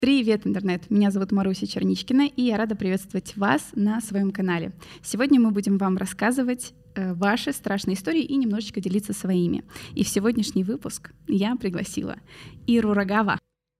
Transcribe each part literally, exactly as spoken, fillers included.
Привет, интернет! Меня зовут Маруся Черничкина, и я рада приветствовать вас на своем канале. Сегодня мы будем вам рассказывать э, ваши страшные истории и немножечко делиться своими. И в сегодняшний выпуск я пригласила Иру Рогава.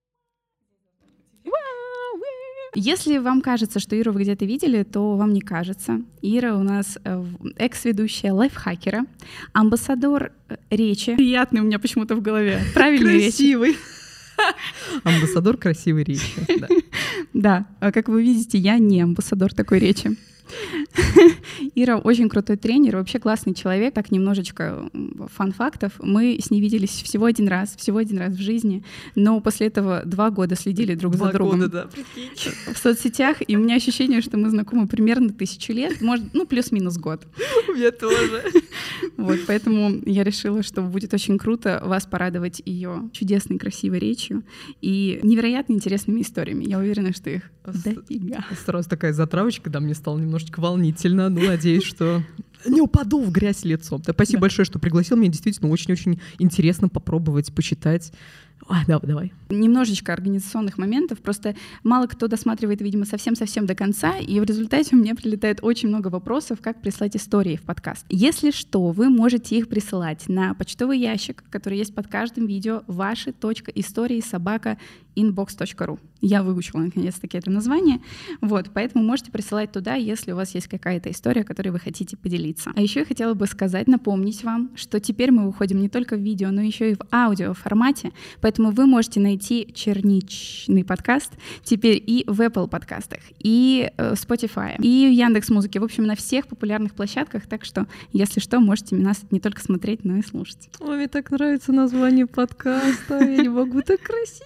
Если вам кажется, что Иру вы где-то видели, то вам не кажется. Ира у нас э, экс-ведущая лайфхакера, амбассадор э, речи. Приятный у меня почему-то в голове. Правильный речи. Красивый. Амбассадор красивой речи. Да, как вы видите, я не амбассадор такой речи. Ира очень крутой тренер, вообще классный человек. Так, немножечко фан-фактов. Мы с ней виделись всего один раз, всего один раз в жизни, но после этого два года следили друг два за другом года, да, прикинь. В соцсетях, и у меня ощущение, что мы знакомы примерно тысячу лет, может, ну, плюс-минус год. У меня тоже. Вот, поэтому я решила, что будет очень круто вас порадовать ее чудесной, красивой речью и невероятно интересными историями. Я уверена, что их дофига. Сразу такая затравочка, да, мне стало немножечко волнительно. Ну, надеюсь, что не упаду в грязь лицом. Да, спасибо да. большое, что пригласил. Мне действительно очень-очень интересно попробовать, почитать. А, давай, давай. Немножечко организационных моментов. Просто мало кто досматривает, видимо, совсем-совсем до конца, и в результате у меня прилетает очень много вопросов, как прислать истории в подкаст. Если что, вы можете их присылать на почтовый ящик, который есть под каждым видео, ваши точка истории собака инбокс точка ру. Я выучила наконец-таки это название. Вот, поэтому можете присылать туда, если у вас есть какая-то история, которой вы хотите поделиться. А еще я хотела бы сказать, напомнить вам, что теперь мы выходим не только в видео, но еще и в аудиоформате, поэтому вы можете найти черничный подкаст теперь и в Apple подкастах, и в Spotify, и в Яндекс.Музыке, в общем, на всех популярных площадках, так что, если что, можете нас не только смотреть, но и слушать. Ой, мне так нравится название подкаста, я не могу, так красиво.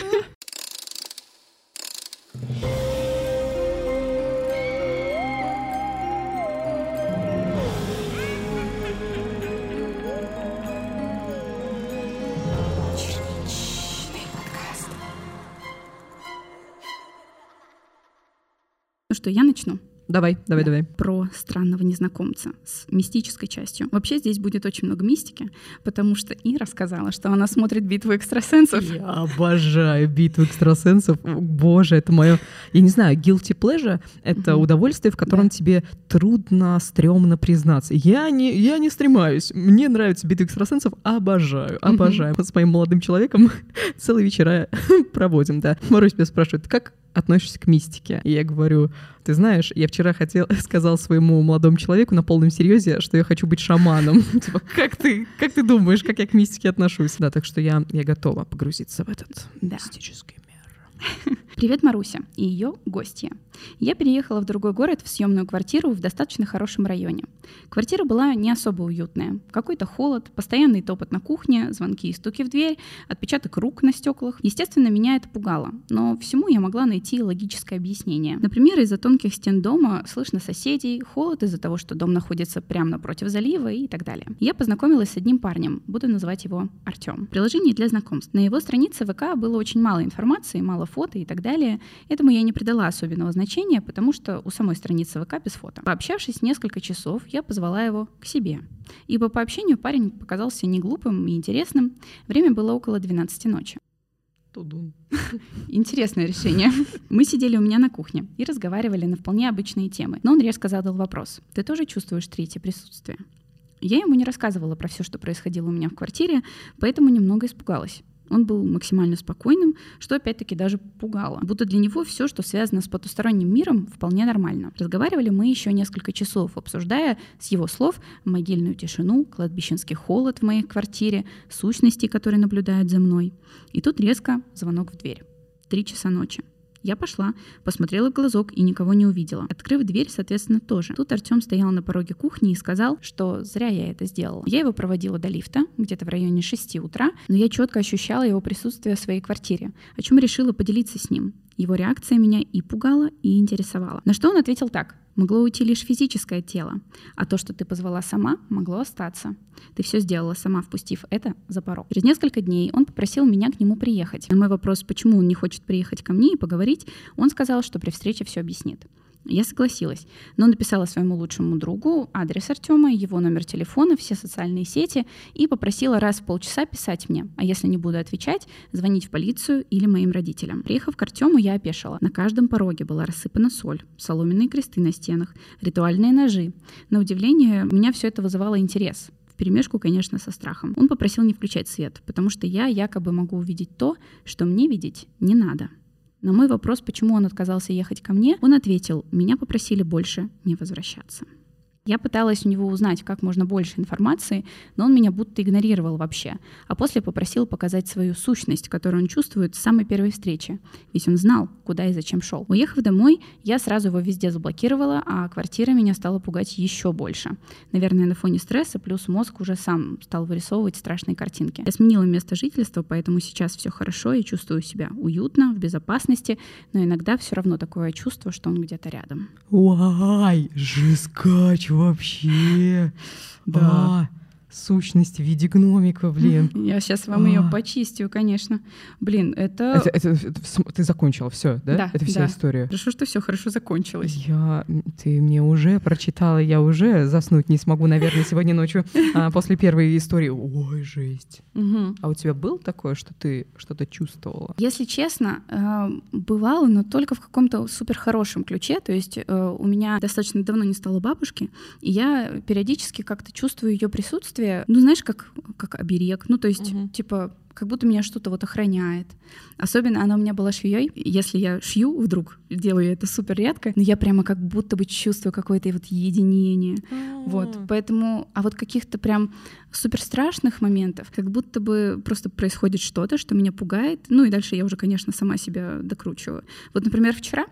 Ну что, я начну? Давай, давай, да, давай. Про странного незнакомца с мистической частью. Вообще здесь будет очень много мистики, потому что Ира сказала, что она смотрит «Битву экстрасенсов». Я обожаю «Битву экстрасенсов». Боже, это мое, я не знаю, guilty pleasure — это mm-hmm. удовольствие, в котором да. тебе трудно, стрёмно признаться. Я не, я не стремаюсь. Мне нравится «Битва экстрасенсов». Обожаю, обожаю. Mm-hmm. С моим молодым человеком целые вечера проводим, да. Марусь меня спрашивает, как относишься к мистике? И я говорю, ты знаешь, я вчера хотел, сказал своему молодому человеку на полном серьезе, что я хочу быть шаманом. Типа, как ты, как ты думаешь, как я к мистике отношусь? Да, так что я, я готова погрузиться в этот да. мистический мир. Привет, Маруся и ее гостья. Я переехала в другой город в съемную квартиру в достаточно хорошем районе. Квартира была не особо уютная. Какой-то холод, постоянный топот на кухне, звонки и стуки в дверь, отпечаток рук на стеклах. Естественно, меня это пугало, но всему я могла найти логическое объяснение. Например, из-за тонких стен дома слышно соседей, холод из-за того, что дом находится прямо напротив залива и так далее. Я познакомилась с одним парнем, буду называть его Артем. Приложение для знакомств. На его странице ВК было очень мало информации, мало фото и так далее. Этому я не придала особенного значения, потому что у самой страницы ВК без фото. Пообщавшись несколько часов, я позвала его к себе. Ибо по общению парень показался не глупым и интересным. Время было около двенадцати ночи. Тудун. Интересное решение. Мы сидели у меня на кухне и разговаривали на вполне обычные темы. Но он резко задал вопрос. Ты тоже чувствуешь третье присутствие? Я ему не рассказывала про все, что происходило у меня в квартире, поэтому немного испугалась. Он был максимально спокойным, что опять-таки даже пугало. Будто для него все, что связано с потусторонним миром, вполне нормально. Разговаривали мы еще несколько часов, обсуждая, с его слов, могильную тишину, кладбищенский холод в моей квартире, сущности, которые наблюдают за мной. И тут резко звонок в дверь. Три часа ночи. Я пошла, посмотрела в глазок и никого не увидела. Открыв дверь, соответственно, тоже. Тут Артем стоял на пороге кухни и сказал, что зря я это сделала. Я его проводила до лифта, где-то в районе шести утра, но я четко ощущала его присутствие в своей квартире, о чем решила поделиться с ним. Его реакция меня и пугала, и интересовала. На что он ответил так. Могло уйти лишь физическое тело, а то, что ты позвала сама, могло остаться. Ты все сделала сама, впустив это за порог. Через несколько дней он попросил меня к нему приехать. На мой вопрос, почему он не хочет приехать ко мне и поговорить, он сказал, что при встрече все объяснит. Я согласилась, но написала своему лучшему другу адрес Артема, его номер телефона, все социальные сети и попросила раз в полчаса писать мне, а если не буду отвечать, звонить в полицию или моим родителям. Приехав к Артему, я опешила. На каждом пороге была рассыпана соль, соломенные кресты на стенах, ритуальные ножи. На удивление, у меня все это вызывало интерес. Вперемешку, конечно, со страхом. Он попросил не включать свет, потому что я якобы могу увидеть то, что мне видеть не надо. На мой вопрос, почему он отказался ехать ко мне, он ответил: меня попросили больше не возвращаться. Я пыталась у него узнать как можно больше информации, но он меня будто игнорировал вообще, а после попросил показать свою сущность, которую он чувствует с самой первой встречи, ведь он знал, куда и зачем шел. Уехав домой, я сразу его везде заблокировала, а квартира меня стала пугать еще больше. Наверное, на фоне стресса, плюс мозг уже сам стал вырисовывать страшные картинки. Я сменила место жительства, поэтому сейчас все хорошо, я чувствую себя уютно, в безопасности, но иногда все равно такое чувство, что он где-то рядом. Уай, жескач вообще. Да. А, сущность в виде гномика, блин. Я сейчас вам А. ее почистю, конечно. Блин, это... Это, это, это в- ты закончила все, да? Да, Это вся да. история. Хорошо, что все хорошо закончилось. Я, ты мне уже прочитала, я уже заснуть не смогу, наверное, сегодня ночью а, после первой истории. Ой, жесть. Мгм. А у тебя было такое, что ты что-то чувствовала? Если честно, э, бывало, но только в каком-то супер хорошем ключе. То есть э, у меня достаточно давно не стало бабушки, и я периодически как-то чувствую ее присутствие, ну, знаешь, как, как оберег. Ну, то есть, Мгм. типа, как будто меня что-то вот охраняет. Особенно она у меня была швеей. Если я шью вдруг, делаю это супер редко, но я прямо как будто бы чувствую какое-то вот единение. Вот, поэтому, а вот каких-то прям супер страшных моментов, как будто бы просто происходит что-то, что меня пугает. Ну и дальше я уже, конечно, сама себя докручиваю. Вот, например, вчера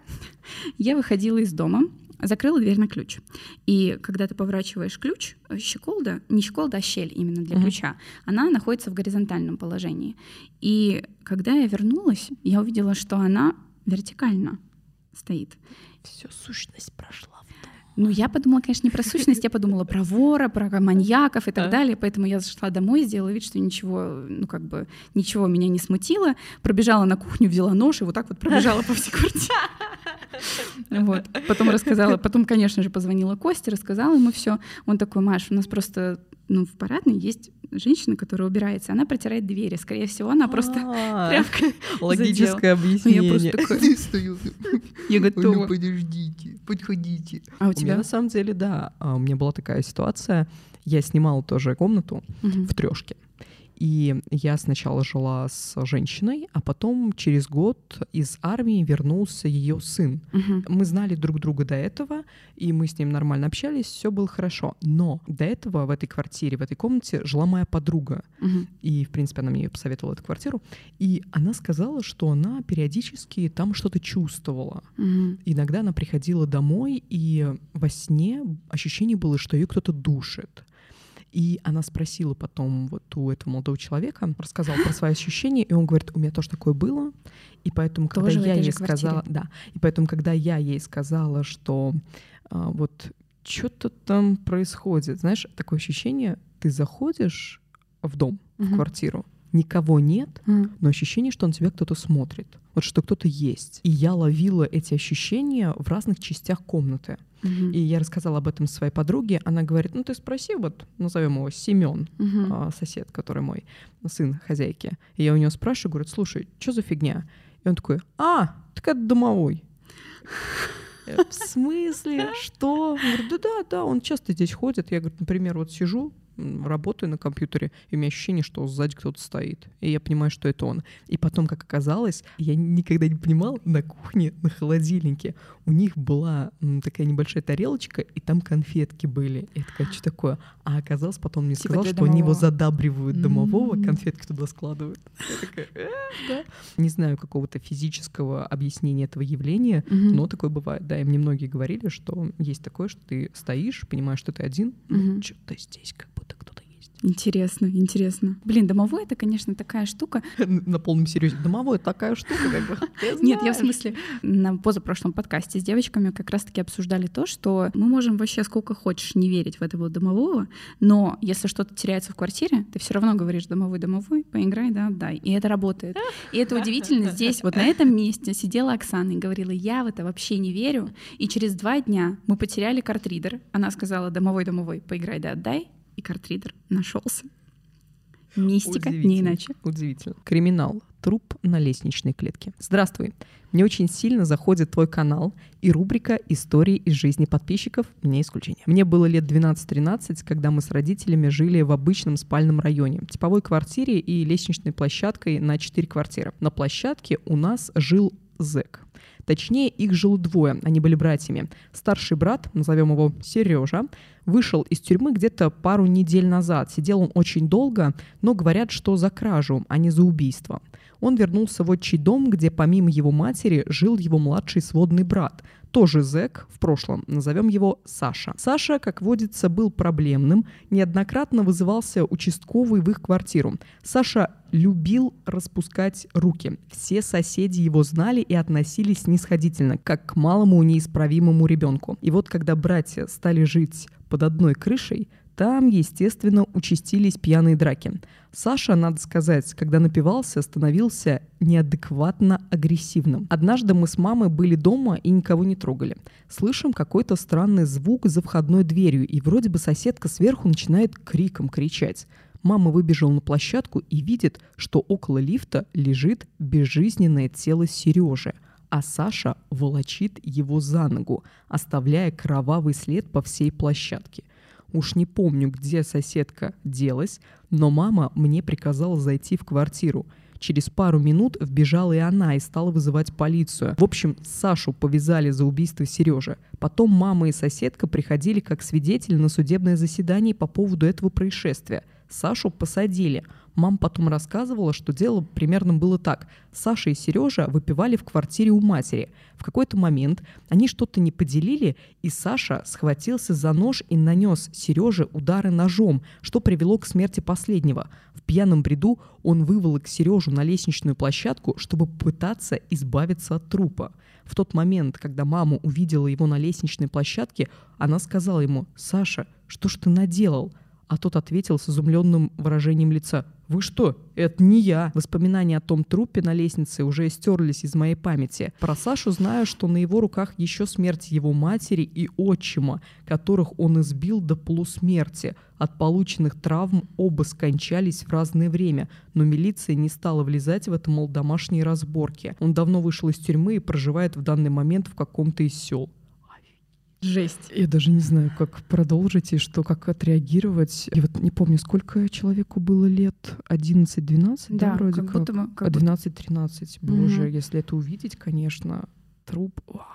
я выходила из дома, закрыла дверь на ключ. И когда ты поворачиваешь ключ, щеколда, не щеколда, а щель именно для Мгм. ключа, она находится в горизонтальном положении. И когда я вернулась, я увидела, что она вертикально стоит. Все, сущность прошла в дом. Ну, я подумала, конечно, не про сущность, я подумала про вора, про маньяков и так А. далее. Поэтому я зашла домой, сделала вид, что ничего, ну, как бы, ничего меня не смутило. Пробежала на кухню, взяла нож и вот так вот пробежала по всей квартире. Вот. Потом рассказала, потом, конечно же, позвонила Косте, рассказала ему все. Он такой: Маш, у нас просто, ну, в парадной есть женщина, которая убирается, она протирает двери. Скорее всего, она просто А, тряпкой логическое задела. объяснение. Я просто такой, Стою. я готова. подождите, подходите. А у У меня тебя? на самом деле, да, а, у меня была такая ситуация. Я снимала тоже комнату Мгм. в трешке. И я сначала жила с женщиной, а потом через год из армии вернулся ее сын. Мгм. Мы знали друг друга до этого, и мы с ним нормально общались, все было хорошо. Но до этого в этой квартире, в этой комнате жила моя подруга. Мгм. И, в принципе, она мне посоветовала эту квартиру. И она сказала, что она периодически там что-то чувствовала. Мгм. Иногда она приходила домой, и во сне ощущение было, что ее кто-то душит. И она спросила потом вот у этого молодого человека, рассказал про свои ощущения, и он говорит: у меня тоже такое было. И поэтому, когда Тоже в я этой ей же квартире? сказала, да, и поэтому, когда я ей сказала, что а, вот что-то там происходит, знаешь, такое ощущение, ты заходишь в дом, в Мгм. квартиру, никого нет, Мгм. но ощущение, что на тебя кто-то смотрит, вот что кто-то есть. И я ловила эти ощущения в разных частях комнаты. Мгм. И я рассказала об этом своей подруге. Она говорит: ну ты спроси, вот назовем его Семен, Мгм. а, сосед, который мой сын хозяйки. И я у него спрашиваю, говорю: слушай, что за фигня? И он такой: а, так это домовой. Я, в смысле? Что? Он говорит: да, да, да, он часто здесь ходит. Я, говорю, например, вот сижу, м, работаю на компьютере, и у меня ощущение, что сзади кто-то стоит. И я понимаю, что это он. И потом, как оказалось, я никогда не понимал, на кухне, на холодильнике у них была м, такая небольшая тарелочка, и там конфетки были. И я такая: что такое? А оказалось, потом мне Типа сказал, для что они его домового. задабривают домового, М. конфетки туда складывают. Я такая: «Э, да». Не знаю какого-то физического объяснения этого явления, Мгм. но такое бывает. Да, и мне многие говорили, что есть такое, что ты стоишь, понимаешь, что ты один, но Мгм. что-то здесь как будто кто-то есть. Интересно, интересно. Блин, домовой — это, конечно, такая штука. На полном серьезе. Домовой — такая штука, как бы. Нет, я в смысле, на позапрошлом подкасте с девочками как раз-таки обсуждали то, что мы можем вообще сколько хочешь не верить в этого домового, но если что-то теряется в квартире, ты все равно говоришь: домовой, домовой, поиграй, да, отдай. И это работает. И это удивительно. Здесь, вот на этом месте сидела Оксана и говорила: я в это вообще не верю. И через два дня мы потеряли картридер. Она сказала: домовой, домовой, поиграй, да, отдай. И картридер нашелся. Мистика, не иначе. Удивительно. Криминал. Труп на лестничной клетке. Здравствуй. Мне очень сильно заходит твой канал и рубрика «Истории из жизни подписчиков» не исключение. Мне было лет двенадцать-тринадцать, когда мы с родителями жили в обычном спальном районе, типовой квартире и лестничной площадкой на четыре квартиры. На площадке у нас жил зэк. Точнее, их жило двое, они были братьями. Старший брат, назовем его Сережа, вышел из тюрьмы где-то пару недель назад. Сидел он очень долго, но говорят, что за кражу, а не за убийство. Он вернулся в отчий дом, где помимо его матери жил его младший сводный брат, тоже зэк в прошлом, назовем его Саша. Саша, как водится, был проблемным, неоднократно вызывался участковый в их квартиру. Саша любил распускать руки. Все соседи его знали и относились снисходительно, как к малому неисправимому ребенку. И вот когда братья стали жить под одной крышей, там, естественно, участились пьяные драки. Саша, надо сказать, когда напивался, становился неадекватно агрессивным. Однажды мы с мамой были дома и никого не трогали. Слышим какой-то странный звук за входной дверью, и вроде бы соседка сверху начинает криком кричать. Мама выбежала на площадку и видит, что около лифта лежит безжизненное тело Сережи, а Саша волочит его за ногу, оставляя кровавый след по всей площадке. Уж не помню, где соседка делась, но мама мне приказала зайти в квартиру. Через пару минут вбежала и она и стала вызывать полицию. В общем, Сашу повязали за убийство Сережи. Потом мама и соседка приходили как свидетели на судебное заседание по поводу этого происшествия. Сашу посадили. Мама потом рассказывала, что дело примерно было так. Саша и Сережа выпивали в квартире у матери. В какой-то момент они что-то не поделили, и Саша схватился за нож и нанес Сереже удары ножом, что привело к смерти последнего. В пьяном бреду он выволок Сережу на лестничную площадку, чтобы попытаться избавиться от трупа. В тот момент, когда мама увидела его на лестничной площадке, она сказала ему: «Саша, что ж ты наделал?» А тот ответил с изумленным выражением лица: «Вы что? Это не я!» Воспоминания о том трупе на лестнице уже стерлись из моей памяти. Про Сашу знаю, что на его руках еще смерть его матери и отчима, которых он избил до полусмерти. От полученных травм оба скончались в разное время, но милиция не стала влезать в это, мол, домашние разборки. Он давно вышел из тюрьмы и проживает в данный момент в каком-то из сел. Жесть. Я даже не знаю, как продолжить и что, как отреагировать. Я вот не помню, сколько человеку было лет? одиннадцать-двенадцать, да, да вроде как? как. Будто, как двенадцать-тринадцать. Боже, угу. Если это увидеть, конечно, труп.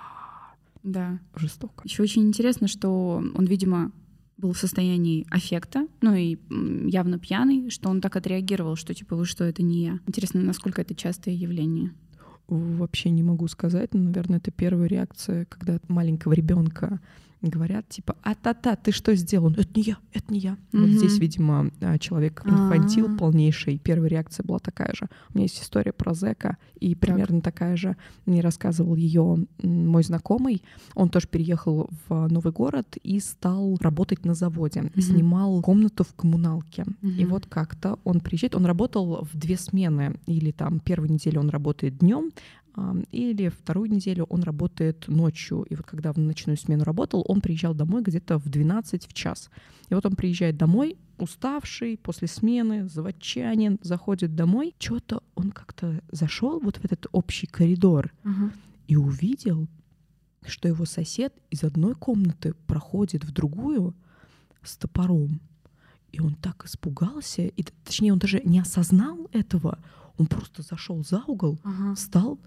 Да. Жестоко. Еще очень интересно, что он, видимо, был в состоянии аффекта, ну и явно пьяный, что он так отреагировал, что типа: вы что, это не я. Интересно, насколько это частое явление. Вообще не могу сказать, но, наверное, это первая реакция, когда от маленького ребенка говорят, типа: а-та-та, ты что сделал? Это не я, это не я. Mm-hmm. Вот здесь, видимо, человек инфантил А-а-а. полнейший. Первая реакция была такая же. У меня есть история про зэка, и примерно так. такая же. Мне рассказывал ее мой знакомый. Он тоже переехал в новый город и стал работать на заводе. Mm-hmm. Снимал комнату в коммуналке. Mm-hmm. И вот как-то он приезжает, он работал в две смены. Или там первую неделю он работает днем, или вторую неделю он работает ночью. И вот когда в ночную смену работал, он приезжал домой где-то в двенадцать в час. И вот он приезжает домой, уставший, после смены, заводчанин, заходит домой. Что-то он как-то зашел вот в этот общий коридор uh-huh. и увидел, что его сосед из одной комнаты проходит в другую с топором. И он так испугался, и, точнее, он даже не осознал этого. Он просто зашел за угол, uh-huh. встал,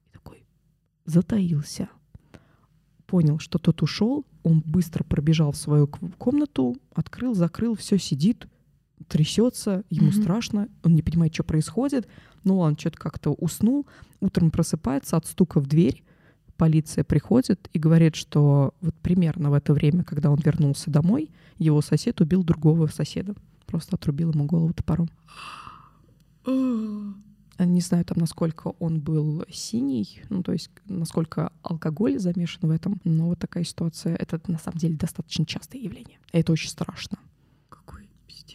затаился. Понял, что тот ушел, он быстро пробежал в свою комнату, открыл, закрыл, все сидит, трясется, ему mm-hmm. страшно, он не понимает, что происходит. Ну, он что-то как-то уснул, утром просыпается от стука в дверь, полиция приходит и говорит, что вот примерно в это время, когда он вернулся домой, его сосед убил другого соседа. просто отрубил ему голову топором. Не знаю, там, насколько он был синий, ну, то есть насколько алкоголь замешан в этом, но вот такая ситуация, это на самом деле достаточно частое явление. И это очень страшно. Какой пиздец.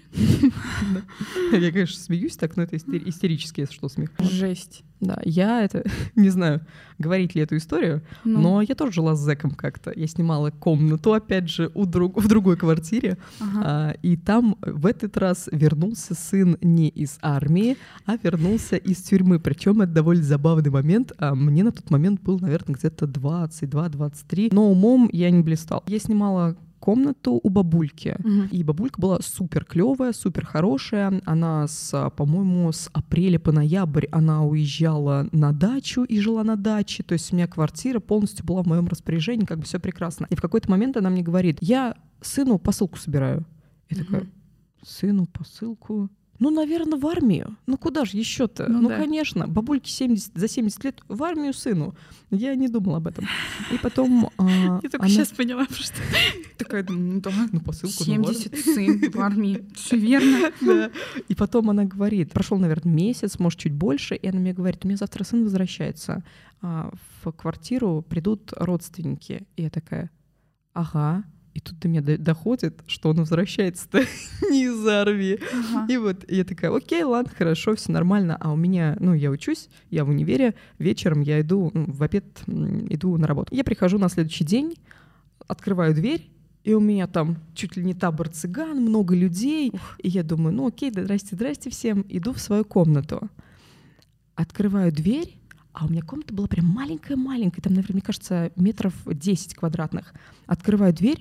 Я, конечно, смеюсь так, но это истерически, если что, смех. Жесть. Да, я это, не знаю, говорить ли эту историю, ну. но я тоже жила с зэком как-то. Я снимала комнату, опять же, у друг, в другой квартире, ага. а, и там в этот раз вернулся сын не из армии, а вернулся из тюрьмы. Причем это довольно забавный момент. А мне на тот момент было, наверное, где-то двадцать два двадцать три, но умом я не блистал. Я снимала комнату у бабульки. Uh-huh. И бабулька была супер клевая, супер хорошая. Она, с, по-моему, с апреля по ноябрь она уезжала на дачу и жила на даче. То есть у меня квартира полностью была в моем распоряжении, как бы все прекрасно. И в какой-то момент она мне говорит: я сыну посылку собираю. Я uh-huh. такая: сыну посылку? Ну, наверное, в армию. Ну, куда же еще-то? Ну, ну да. Конечно. Бабульке семьдесят, за семьдесят лет в армию сыну. Я не думала об этом. И потом... Я только сейчас поняла, что... Такая, ну да, ну посылку. семьдесят сын в армии. Все верно. Да. И потом она говорит, прошел, наверное, месяц, может, чуть больше, и она мне говорит: у меня завтра сын возвращается. В квартиру придут родственники. И я такая: ага. И тут до меня доходит, что он возвращается-то не из армии. Ага. И вот я такая: окей, ладно, хорошо, все нормально. А у меня, ну, я учусь, я в универе, вечером я иду, ну, в обед иду на работу. Я прихожу на следующий день, открываю дверь, и у меня там чуть ли не табор цыган, много людей. Ух. И я думаю: ну окей, да, здрасте, здрасте всем. Иду в свою комнату. Открываю дверь, а у меня комната была прям маленькая-маленькая, там, наверное, мне кажется, метров десять квадратных. Открываю дверь,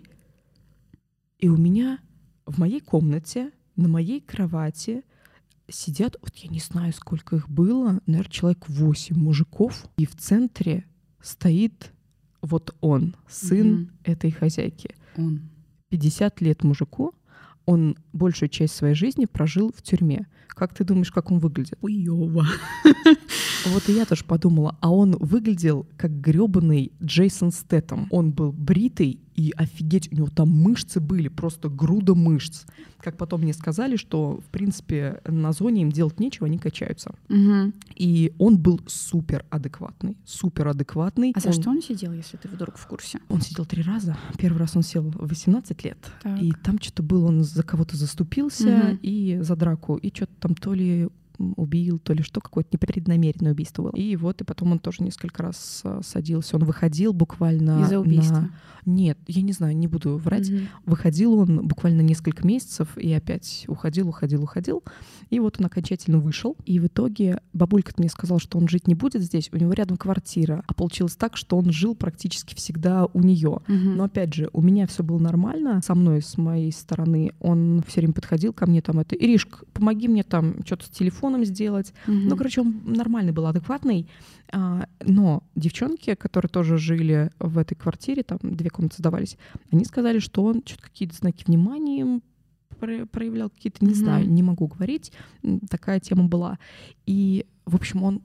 и у меня в моей комнате, на моей кровати сидят, вот я не знаю, сколько их было, наверное, человек восемь мужиков, и в центре стоит вот он, сын mm-hmm. этой хозяйки. Он. пятьдесят лет мужику, он большую часть своей жизни прожил в тюрьме. Как ты думаешь, как он выглядит? Хуёво. Вот и я тоже подумала, а он выглядел как грёбаный Джейсон Стэттем. Он был бритый, и офигеть, у него там мышцы были, просто груда мышц. Как потом мне сказали, что, в принципе, на зоне им делать нечего, они качаются. Угу. И он был супер адекватный, супер адекватный. А за он... что он сидел, если ты вдруг в курсе? Он сидел три раза. Первый раз он сел в восемнадцать лет, так. И там что-то было, он за кого-то заступился, угу. и за драку, и что-то там то ли убил, то ли что, какое-то непреднамеренное убийство было. И вот, и потом он тоже несколько раз садился. Он выходил буквально... Из-за убийства? На... Нет, я не знаю, не буду врать. Mm-hmm. Выходил он буквально несколько месяцев и опять уходил, уходил, уходил. И вот он окончательно вышел. И в итоге бабулька мне сказала, что он жить не будет здесь, у него рядом квартира. А получилось так, что он жил практически всегда у нее. Mm-hmm. Но опять же, у меня все было нормально. Со мной, с моей стороны, он все время подходил ко мне там, это: Иришка, помоги мне там что-то с телефоном сделать. Mm-hmm. Ну, короче, он нормальный был, адекватный. А, но девчонки, которые тоже жили в этой квартире, там две комнаты сдавались, они сказали, что он что-то какие-то знаки внимания им проявлял, какие-то, не mm-hmm. знаю, не могу говорить. Такая тема была. И, в общем, он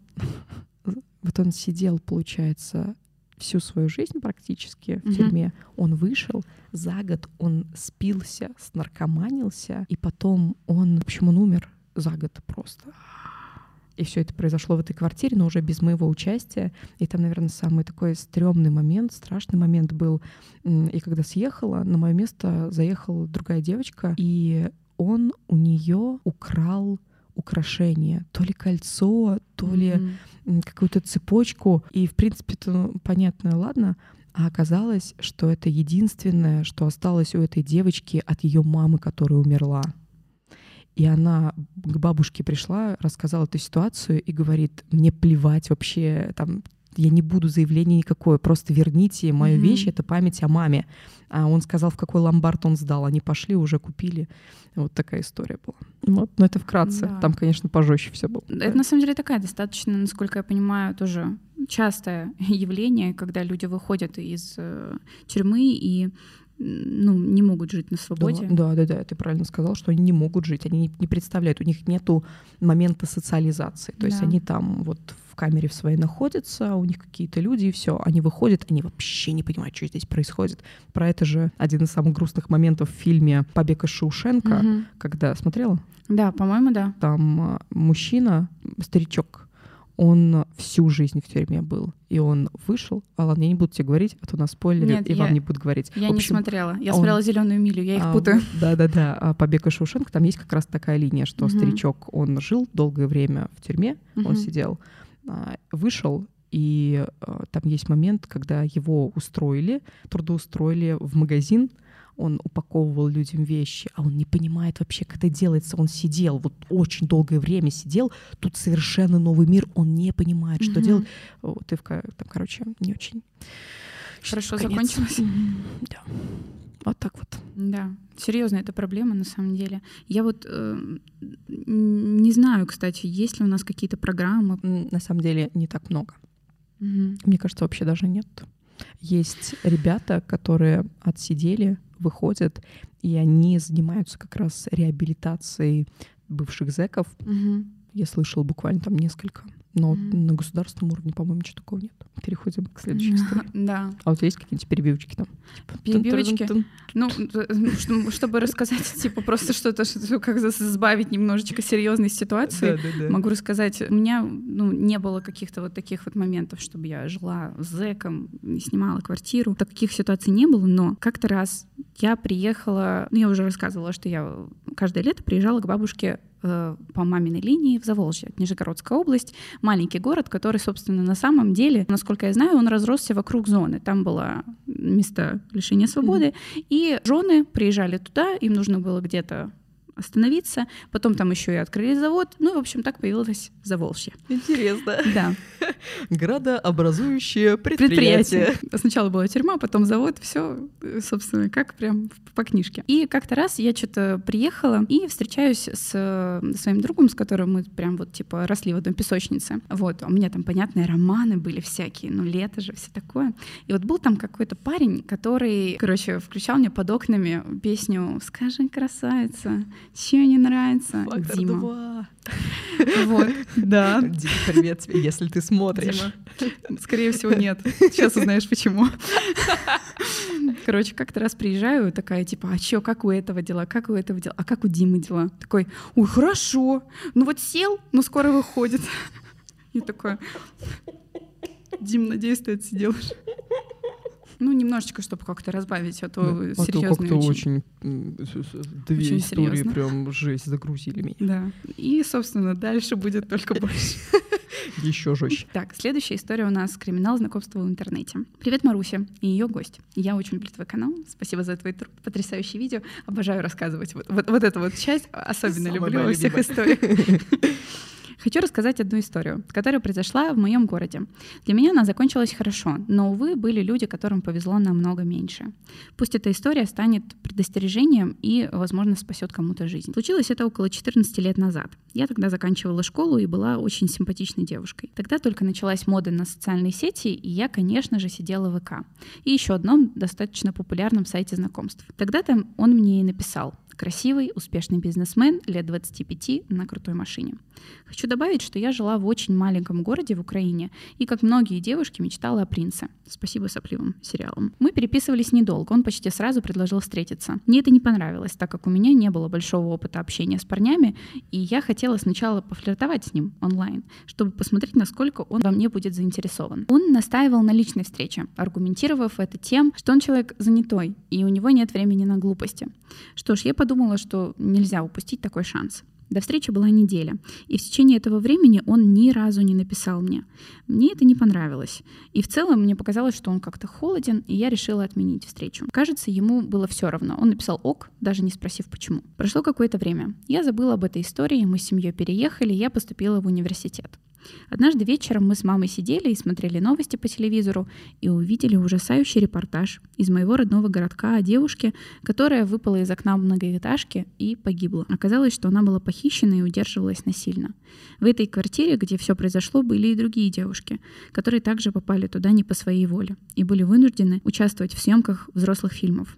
вот он сидел, получается, всю свою жизнь практически в mm-hmm. тюрьме. Он вышел, за год он спился, снаркоманился, и потом он, в общем, он умер за год просто. И все это произошло в этой квартире, но уже без моего участия. И там, наверное, самый такой стрёмный момент, страшный момент был. И когда съехала, на мое место заехала другая девочка, и он у нее украл украшение. То ли кольцо, то mm-hmm. ли какую-то цепочку. И, в принципе, это, ну, понятно, ладно. А оказалось, что это единственное, что осталось у этой девочки от ее мамы, которая умерла. И она к бабушке пришла, рассказала эту ситуацию и говорит: мне плевать вообще, там, я не буду заявления никакое, просто верните мою mm-hmm. вещь, это память о маме. А он сказал, в какой ломбард он сдал. Они пошли, уже купили. Вот такая история была. Вот, но это вкратце. Да. Там, конечно, пожестче все было. Это да. на самом деле такая достаточно, насколько я понимаю, тоже частое явление, когда люди выходят из э, тюрьмы и ну, не могут жить на свободе. Да, да, да, да, ты правильно сказал, что они не могут жить, они не, не представляют, у них нету момента социализации. То есть Да. они там вот в камере в своей находятся, у них какие-то люди, и все. Они выходят, они вообще не понимают, что здесь происходит. Про это же один из самых грустных моментов в фильме «Побег из Шоушенка», Мгм. когда смотрела? Да, по-моему, да. Там а, мужчина, старичок, он всю жизнь в тюрьме был. И он вышел. А ладно, я не буду тебе говорить, а то нас спойлерят, Нет, и я- вам не буду говорить. Я В не общем, смотрела. Я он- смотрела «Зеленую милю», я их а, путаю. Да-да-да. А «Побег из Шоушенка», там есть как раз такая линия, что Мгм. старичок, он жил долгое время в тюрьме, Мгм. он сидел, а, вышел, и а, там есть момент, когда его устроили, трудоустроили в магазин, он упаковывал людям вещи, а он не понимает вообще, как это делается. Он сидел, вот очень долгое время сидел, тут совершенно новый мир, он не понимает, что Мгм. делать. Вот, и в ка- там, короче, не очень. Хорошо Конец. закончилось. М, Да. Вот так вот. Да, серьезно, это проблема на самом деле. Я вот э, н- не знаю, кстати, есть ли у нас какие-то программы. М, На самом деле не так много. Мгм. Мне кажется, вообще даже нет. Есть ребята, которые отсидели, выходят, и они занимаются как раз реабилитацией бывших зэков. Мгм. Я слышала буквально там несколько. Но Мгм. на государственном уровне, по-моему, ничего такого нет. Переходим к следующей истории. Да. А вот есть какие-нибудь перебивочки там? Типа, Перебивочки? тун-тун-тун-тун. Ну, э, что- чтобы рассказать, типа, просто что-то, что- как за- сбавить немножечко серьезной ситуации, Да-да-да. могу рассказать. У меня ну, не было каких-то вот таких вот моментов, чтобы я жила с зэком, и снимала квартиру. Таких ситуаций не было, но как-то раз я приехала, ну, я уже рассказывала, что я каждое лето приезжала к бабушке э, по маминой линии в Заволжье, Нижегородская область, маленький город, который, собственно, на самом деле, насколько я знаю, он разросся вокруг зоны. Там было место лишения свободы, и жены приезжали туда, им нужно было где-то остановиться, потом там еще и открыли завод, ну, в общем, так появилось Заволжье. Интересно. Да, Градообразующее предприятие. предприятие. Сначала была тюрьма, потом завод, все, собственно, как прям в- по книжке. И как-то раз я что-то приехала и встречаюсь с э, своим другом, с которым мы прям вот типа росли в одной песочнице. Вот, у меня там, понятные романы были всякие, ну, лето же, все такое. И вот был там какой-то парень, который, короче, включал мне под окнами песню «Скажи, красавица, чё не нравится?» Фактор Дима. два. Вот, да. Дима, привет тебе, если ты смотришь. Дима. Скорее всего, нет. Сейчас узнаешь, почему. Короче, как-то раз приезжаю, такая, типа, а чё, как у этого дела, как у этого дела, а как у Димы дела? Такой, ой, хорошо, ну вот сел, но скоро выходит. И такой, Дим, надеюсь, ты отсидел уже. Ну, немножечко, чтобы как-то разбавить, а то Да, а то серьезно как-то очень м, с- с- две Очень истории серьезно. прям жесть загрузили меня. Да. И, собственно, дальше будет только больше. Еще жестче. Так, следующая история у нас «Криминал знакомства в интернете». Привет, Маруся и ее гость. Я очень люблю твой канал. Спасибо за твой труд. Потрясающее видео. Обожаю рассказывать. Вот, вот, вот эту вот часть особенно Самая люблю моя во всех любимая. историях. Хочу рассказать одну историю, которая произошла в моем городе. Для меня она закончилась хорошо, но, увы, были люди, которым повезло намного меньше. Пусть эта история станет предостережением и, возможно, спасет кому-то жизнь. Случилось это около четырнадцати лет назад. Я тогда заканчивала школу и была очень симпатичной девушкой. Тогда только началась мода на социальные сети, и я, конечно же, сидела в ВК. И еще одном достаточно популярном сайте знакомств. Тогда-то он мне и написал: красивый, успешный бизнесмен, лет двадцати пяти, на крутой машине. Хочу добавить, что я жила в очень маленьком городе в Украине и, как многие девушки, мечтала о принце. Спасибо сопливым сериалам. Мы переписывались недолго, он почти сразу предложил встретиться. Мне это не понравилось, так как у меня не было большого опыта общения с парнями, и я хотела сначала пофлиртовать с ним онлайн, чтобы посмотреть, насколько он во мне будет заинтересован. Он настаивал на личной встрече, аргументировав это тем, что он человек занятой, и у него нет времени на глупости. Что ж, я подумала, что нельзя упустить такой шанс. До встречи была неделя, и в течение этого времени он ни разу не написал мне. Мне это не понравилось. И в целом мне показалось, что он как-то холоден, и я решила отменить встречу. Кажется, ему было все равно. Он написал «ок», даже не спросив почему. Прошло какое-то время. Я забыла об этой истории, мы с семьей переехали, я поступила в университет. Однажды вечером мы с мамой сидели и смотрели новости по телевизору и увидели ужасающий репортаж из моего родного городка о девушке, которая выпала из окна многоэтажки и погибла. Оказалось, что она была похищена и удерживалась насильно. В этой квартире, где все произошло, были и другие девушки, которые также попали туда не по своей воле и были вынуждены участвовать в съемках взрослых фильмов.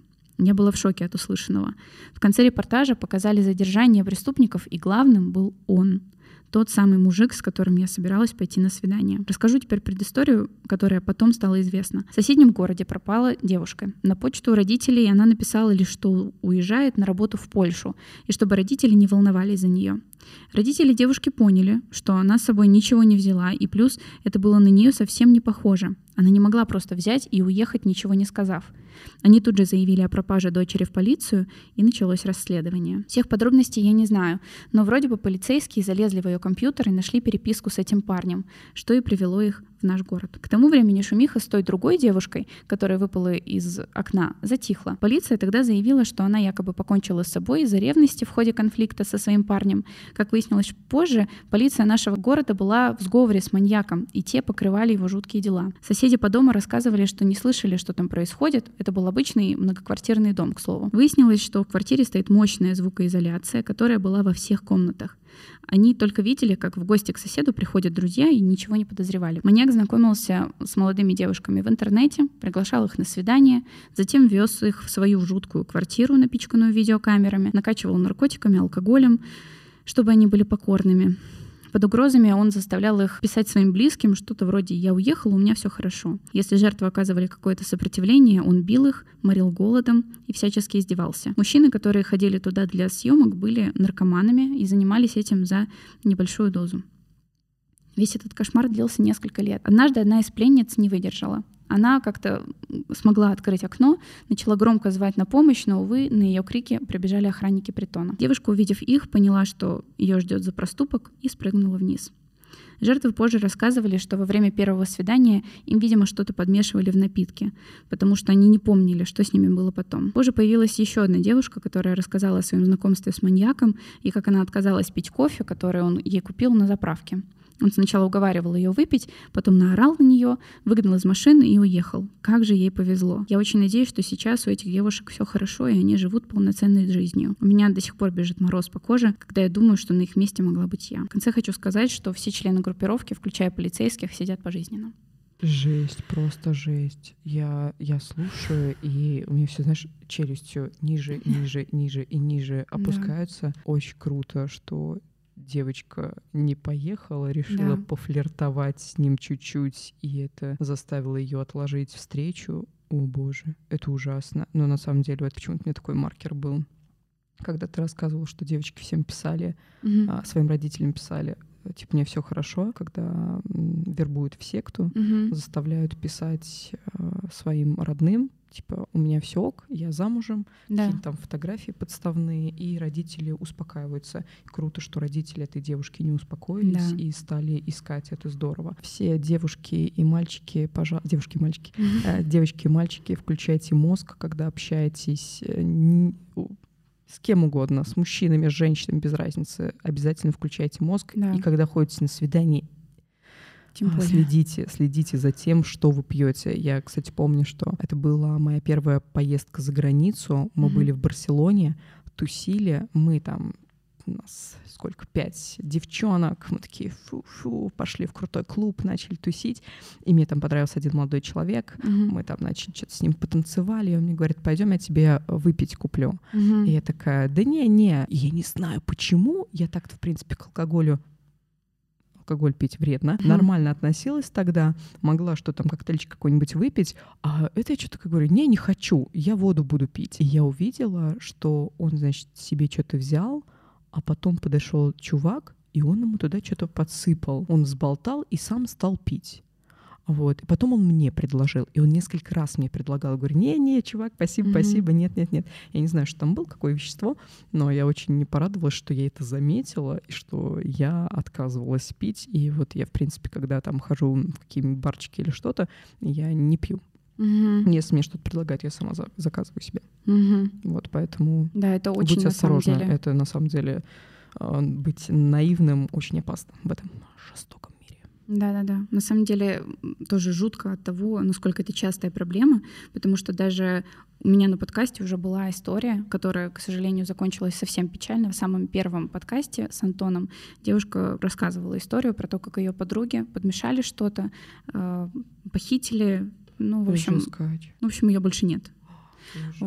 Я была в шоке от услышанного. В конце репортажа показали задержание преступников, и главным был он. Тот самый мужик, с которым я собиралась пойти на свидание. Расскажу теперь предысторию, которая потом стала известна. В соседнем городе пропала девушка. На почту родителей она написала лишь, что уезжает на работу в Польшу, и чтобы родители не волновались за нее. Родители девушки поняли, что она с собой ничего не взяла, и плюс это было на нее совсем не похоже. Она не могла просто взять и уехать, ничего не сказав. Они тут же заявили о пропаже дочери в полицию, и началось расследование. Всех подробностей я не знаю, но вроде бы полицейские залезли в ее компьютер и нашли переписку с этим парнем, что и привело их в наш город. К тому времени шумиха с той другой девушкой, которая выпала из окна, затихла. Полиция тогда заявила, что она якобы покончила с собой из-за ревности в ходе конфликта со своим парнем. Как выяснилось позже, полиция нашего города была в сговоре с маньяком, и те покрывали его жуткие дела. Соседи по дому рассказывали, что не слышали, что там происходит. Это был обычный многоквартирный дом, к слову. Выяснилось, что в квартире стоит мощная звукоизоляция, которая была во всех комнатах. Они только видели, как в гости к соседу приходят друзья, и ничего не подозревали. Маньяк знакомился с молодыми девушками в интернете, приглашал их на свидание, затем вез их в свою жуткую квартиру, напичканную видеокамерами, накачивал наркотиками, алкоголем, чтобы они были покорными. Под угрозами он заставлял их писать своим близким что-то вроде «я уехал, у меня все хорошо». Если жертвы оказывали какое-то сопротивление, он бил их, морил голодом и всячески издевался. Мужчины, которые ходили туда для съемок, были наркоманами и занимались этим за небольшую дозу. Весь этот кошмар длился несколько лет. Однажды одна из пленниц не выдержала. Она как-то смогла открыть окно, начала громко звать на помощь, но, увы, на ее крики прибежали охранники притона. Девушка, увидев их, поняла, что ее ждет за проступок, и спрыгнула вниз. Жертвы позже рассказывали, что во время первого свидания им, видимо, что-то подмешивали в напитки, потому что они не помнили, что с ними было потом. Позже появилась еще одна девушка, которая рассказала о своем знакомстве с маньяком и как она отказалась пить кофе, который он ей купил на заправке. Он сначала уговаривал ее выпить, потом наорал на нее, выгнал из машины и уехал. Как же ей повезло. Я очень надеюсь, что сейчас у этих девушек все хорошо, и они живут полноценной жизнью. У меня до сих пор бежит мороз по коже, когда я думаю, что на их месте могла быть я. В конце хочу сказать, что все члены группировки, включая полицейских, сидят пожизненно. Жесть, просто жесть. Я, я слушаю, и у меня все, знаешь, челюстью ниже, ниже, ниже и ниже опускаются. Да. Очень круто, что девочка не поехала, решила да. пофлиртовать с ним чуть-чуть, и это заставило ее отложить встречу. О боже, это ужасно. Но на самом деле это почему-то у меня такой маркер был. Когда ты рассказывала, что девочки всем писали, mm-hmm. а, своим родителям писали, типа, мне все хорошо, когда м, вербуют в секту, mm-hmm. заставляют писать а, своим родным, типа, у меня все ок, я замужем, да. какие-то там фотографии подставные, и родители успокаиваются. Круто, что родители этой девушки не успокоились да. и стали искать, это здорово. Все девушки и мальчики, пожалуйста, девушки и мальчики, mm-hmm. э, девочки и мальчики, включайте мозг, когда общаетесь э, не, с кем угодно, с мужчинами, с женщинами, без разницы, обязательно включайте мозг, да. и когда ходите на свидание, следите, следите за тем, что вы пьете. Я, кстати, помню, что это была моя первая поездка за границу. Мы mm-hmm. были в Барселоне, тусили, мы там, у нас сколько, пять девчонок, мы такие фу-фу, пошли в крутой клуб, начали тусить, и мне там понравился один молодой человек, mm-hmm. мы там начали что-то с ним потанцевали, и он мне говорит, пойдем, я тебе выпить куплю. Mm-hmm. И я такая, да не-не, и я не знаю почему, я так-то, в принципе, к алкоголю алкоголь пить вредно. Mm-hmm. Нормально относилась тогда, могла что там, коктейльчик какой-нибудь выпить, а это я что-то как говорю, не, не хочу, я воду буду пить. И я увидела, что он, значит, себе что-то взял, а потом подошел чувак, и он ему туда что-то подсыпал. Он взболтал и сам стал пить. Вот. И потом он мне предложил, и он несколько раз мне предлагал. Говорю, не-не, чувак, спасибо, mm-hmm. спасибо, нет-нет-нет. Я не знаю, что там было, какое вещество, но я очень не порадовалась, что я это заметила, и что я отказывалась пить. И вот я, в принципе, когда там хожу в какие-нибудь барчики или что-то, я не пью. Mm-hmm. Если мне что-то предлагают, я сама за- заказываю себе. Mm-hmm. Вот, поэтому да, это очень, будь осторожна. Это, на самом деле, быть наивным очень опасно в этом жестоком. Да-да-да. На самом деле тоже жутко от того, насколько это частая проблема, потому что даже у меня на подкасте уже была история, которая, к сожалению, закончилась совсем печально. В самом первом подкасте с Антоном девушка рассказывала историю про то, как ее подруги подмешали что-то, э, похитили, ну, в общем, ну, в общем, ее больше нет. Ужас. Вот.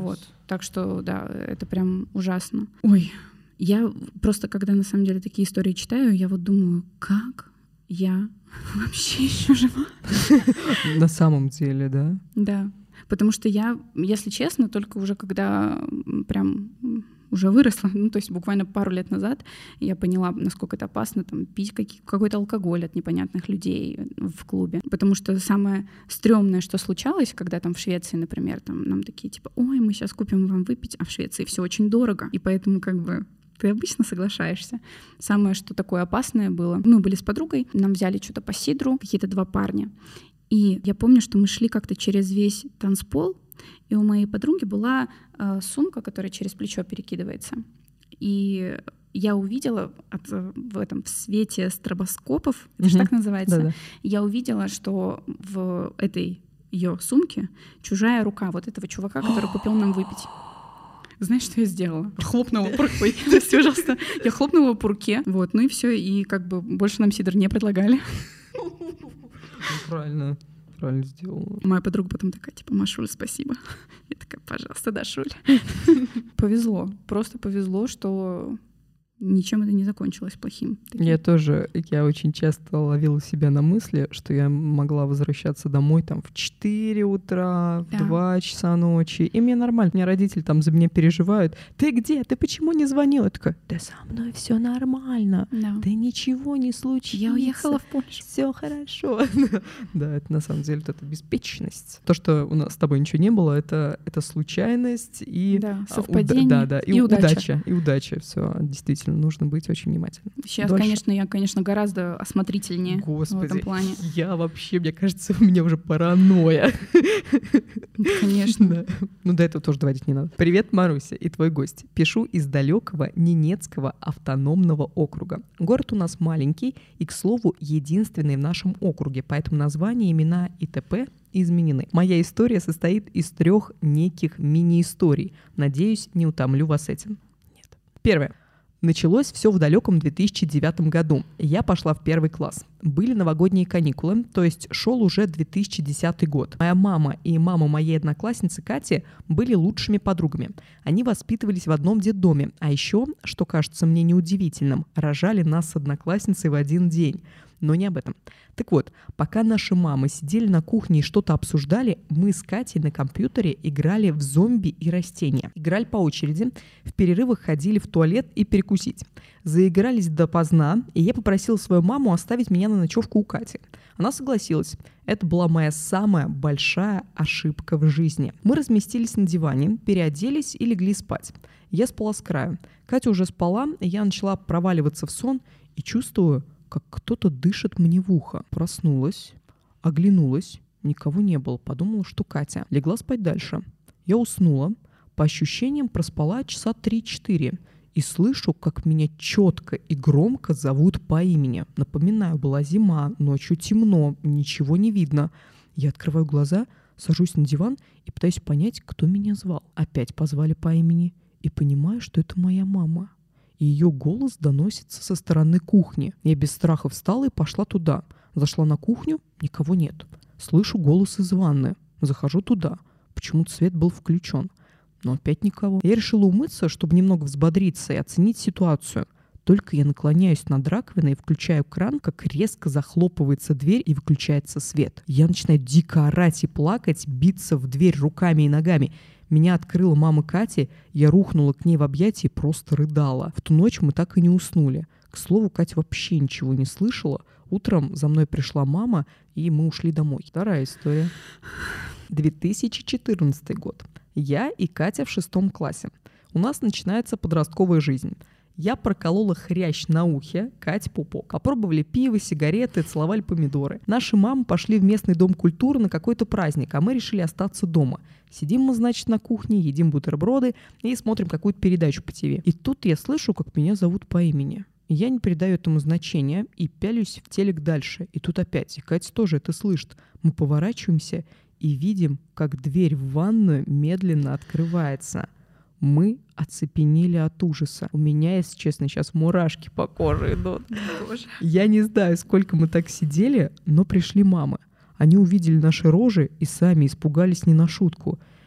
Так что, да, это прям ужасно. Ой, я просто, когда на самом деле такие истории читаю, я вот думаю, как я вообще еще жива? На самом деле, да? Да. Потому что я, если честно, только уже когда прям уже выросла, ну, то есть буквально пару лет назад я поняла, насколько это опасно там, пить какой-то алкоголь от непонятных людей в клубе. Потому что самое стрёмное, что случалось, когда там в Швеции, например, там нам такие типа, ой, мы сейчас купим вам выпить, а в Швеции все очень дорого. И поэтому как бы ты обычно соглашаешься. Самое, что такое опасное было, мы были с подругой, нам взяли что-то по сидру, какие-то два парня. И я помню, что мы шли как-то через весь танцпол, и у моей подруги была э, сумка, которая через плечо перекидывается. И я увидела от, в этом в свете стробоскопов, это mm-hmm. же так называется, Да-да. я увидела, что в этой ее сумке чужая рука вот этого чувака, который купил нам выпить. Знаешь, что я сделала? Хлопнула по руке. То есть ужасно. Я хлопнула по руке. Вот, ну и все. И как бы больше нам сидр не предлагали. Правильно. Правильно сделала. Моя подруга потом такая, типа, Машуль, спасибо. Я такая, пожалуйста, Дашуль. Повезло. Просто повезло, что ничем это не закончилось плохим. Таким. Я тоже, я очень часто ловила себя на мысли, что я могла возвращаться домой там в четыре утра, в да. два часа ночи, и мне нормально. У меня родители там за меня переживают. Ты где? Ты почему не звонила? Я такая, да со мной все нормально. Да. Да ничего не случилось. Я уехала в Польшу. Все хорошо. Да, это на самом деле вот эта беспечность. То, что у нас с тобой ничего не было, это, это случайность и совпадение да, да, и, и удача. удача. И удача. Все, действительно. Нужно быть очень внимательным. Сейчас, Дольше. конечно, я, конечно, гораздо осмотрительнее. Господи, в этом плане. Я вообще, мне кажется, у меня уже паранойя. Конечно. Да. Ну, до этого тоже доводить не надо. Привет, Маруся и твой гость. Пишу из далекого Ненецкого автономного округа. Город у нас маленький и, к слову, единственный в нашем округе, поэтому названия, имена и т.п. изменены. Моя история состоит из трех неких мини-историй. Надеюсь, не утомлю вас этим. Нет. Первое. Началось все в далеком две тысячи девятом году. Я пошла в первый класс. Были новогодние каникулы, то есть шел уже две тысячи десятый год. Моя мама и мама моей одноклассницы Кати были лучшими подругами. Они воспитывались в одном детдоме, а еще, что кажется мне неудивительным, рожали нас с одноклассницей в один день. Но не об этом. Так вот, пока наши мамы сидели на кухне и что-то обсуждали, мы с Катей на компьютере играли в зомби и растения. Играли по очереди, в перерывах ходили в туалет и перекусить. Заигрались допоздна, и я попросила свою маму оставить меня на ночевку у Кати. Она согласилась. Это была моя самая большая ошибка в жизни. Мы разместились на диване, переоделись и легли спать. Я спала с краю. Катя уже спала, и я начала проваливаться в сон и чувствую, как кто-то дышит мне в ухо. Проснулась, оглянулась, никого не было. Подумала, что Катя. Легла спать дальше. Я уснула. По ощущениям проспала часа три-четыре. И слышу, как меня четко и громко зовут по имени. Напоминаю, была зима, ночью темно, ничего не видно. Я открываю глаза, сажусь на диван и пытаюсь понять, кто меня звал. Опять позвали по имени. И понимаю, что это моя мама. И ее голос доносится со стороны кухни. Я без страха встала и пошла туда. Зашла на кухню, никого нет. Слышу голос из ванны. Захожу туда. Почему-то свет был включен. Но опять никого. Я решила умыться, чтобы немного взбодриться и оценить ситуацию. Только я наклоняюсь над раковиной и включаю кран, как резко захлопывается дверь и выключается свет. Я начинаю дико орать и плакать, биться в дверь руками и ногами. Меня открыла мама Кати, я рухнула к ней в объятия и просто рыдала. В ту ночь мы так и не уснули. К слову, Катя вообще ничего не слышала. Утром за мной пришла мама, и мы ушли домой. Вторая история. две тысячи четырнадцатый год. Я и Катя в шестом классе. У нас начинается подростковая жизнь. Я проколола хрящ на ухе, Кать пупок. Попробовали пиво, сигареты, целовали помидоры. Наши мамы пошли в местный дом культуры на какой-то праздник, а мы решили остаться дома. Сидим мы, значит, на кухне, едим бутерброды и смотрим какую-то передачу по ТВ. И тут я слышу, как меня зовут по имени. Я не придаю этому значения и пялюсь в телек дальше. И тут опять, и Катя тоже это слышит. Мы поворачиваемся и видим, как дверь в ванную медленно открывается. Мы оцепенели от ужаса. У меня, если честно, сейчас мурашки по коже идут. Боже. Я не знаю, сколько мы так сидели, но пришли мамы. Они увидели наши рожи и сами испугались не на шутку.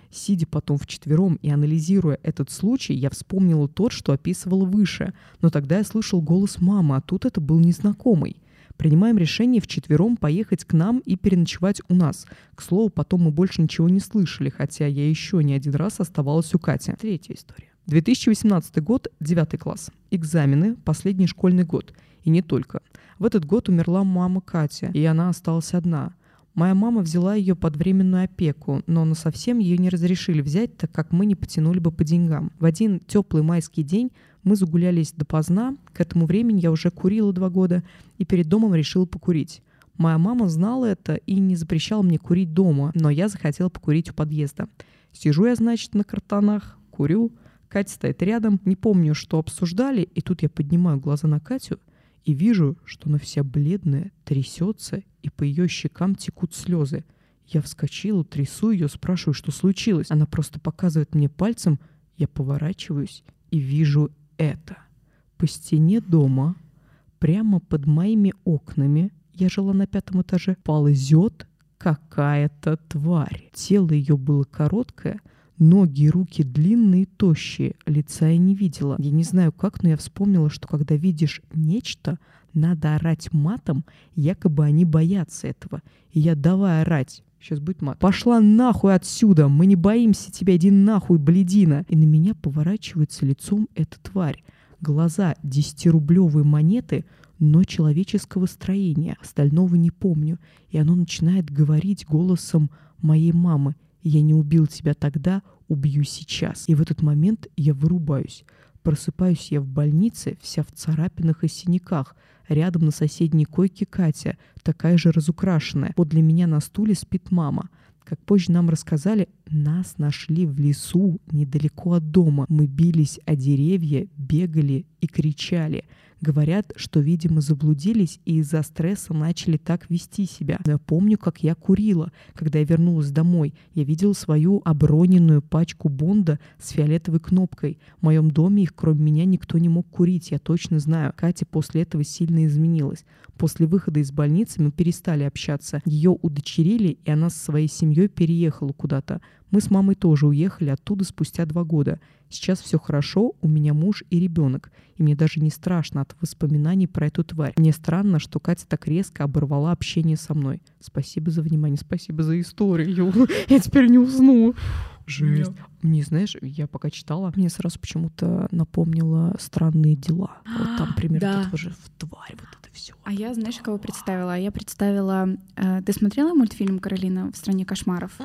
Сидя потом вчетвером и анализируя этот случай, я вспомнила тот, что описывала выше. Но тогда я слышал голос мамы, а тут это был незнакомый. Принимаем решение вчетвером поехать к нам и переночевать у нас. К слову, потом мы больше ничего не слышали, хотя я еще не один раз оставалась у Кати. Третья история. две тысячи восемнадцатый год, девятый класс. Экзамены, последний школьный год. И не только. В этот год умерла мама Кати, и она осталась одна. Моя мама взяла ее под временную опеку, но насовсем ее не разрешили взять, так как мы не потянули бы по деньгам. В один теплый майский день мы загулялись допоздна. К этому времени я уже курила два года и перед домом решила покурить. Моя мама знала это и не запрещала мне курить дома, но я захотела покурить у подъезда. Сижу я, значит, на картонах, курю. Катя стоит рядом. Не помню, что обсуждали, и тут я поднимаю глаза на Катю и вижу, что она вся бледная, трясется, и по ее щекам текут слезы. Я вскочила, трясу ее, спрашиваю, что случилось. Она просто показывает мне пальцем. Я поворачиваюсь и вижу это. По стене дома, прямо под моими окнами, я жила на пятом этаже, ползет какая-то тварь. Тело ее было короткое, ноги и руки длинные и тощие, лица я не видела. Я не знаю как, но я вспомнила, что когда видишь нечто, надо орать матом, якобы они боятся этого. И я давай орать. Сейчас будет мат. Пошла нахуй отсюда, мы не боимся тебя, иди нахуй, блядина. И на меня поворачивается лицом эта тварь. Глаза десятирублевые монеты, но человеческого строения. Остального не помню. И оно начинает говорить голосом моей мамы. Я не убил тебя тогда, убью сейчас. И в этот момент я вырубаюсь. Просыпаюсь я в больнице, вся в царапинах и синяках. Рядом на соседней койке Катя, такая же разукрашенная. Подле меня на стуле спит мама. Как позже нам рассказали, нас нашли в лесу недалеко от дома. Мы бились о деревья, бегали и кричали. Говорят, что, видимо, заблудились и из-за стресса начали так вести себя. Но я помню, как я курила. Когда я вернулась домой, я видела свою оброненную пачку Бонда с фиолетовой кнопкой. В моем доме их, кроме меня, никто не мог курить, я точно знаю. Катя после этого сильно изменилась. После выхода из больницы мы перестали общаться. Ее удочерили, и она со своей семьей переехала куда-то. Мы с мамой тоже уехали оттуда спустя два года. Сейчас все хорошо, у меня муж и ребенок. И мне даже не страшно от воспоминаний про эту тварь. Мне странно, что Катя так резко оборвала общение со мной. Спасибо за внимание, спасибо за историю. Я теперь не усну. Жесть. Мне, знаешь, я пока читала, мне сразу почему-то напомнило «Странные дела». Вот там примерно Да. тут уже в тварь вот это все. А я, знаешь, кого представила? Я представила... э, Ты смотрела мультфильм «Каролина в стране кошмаров»?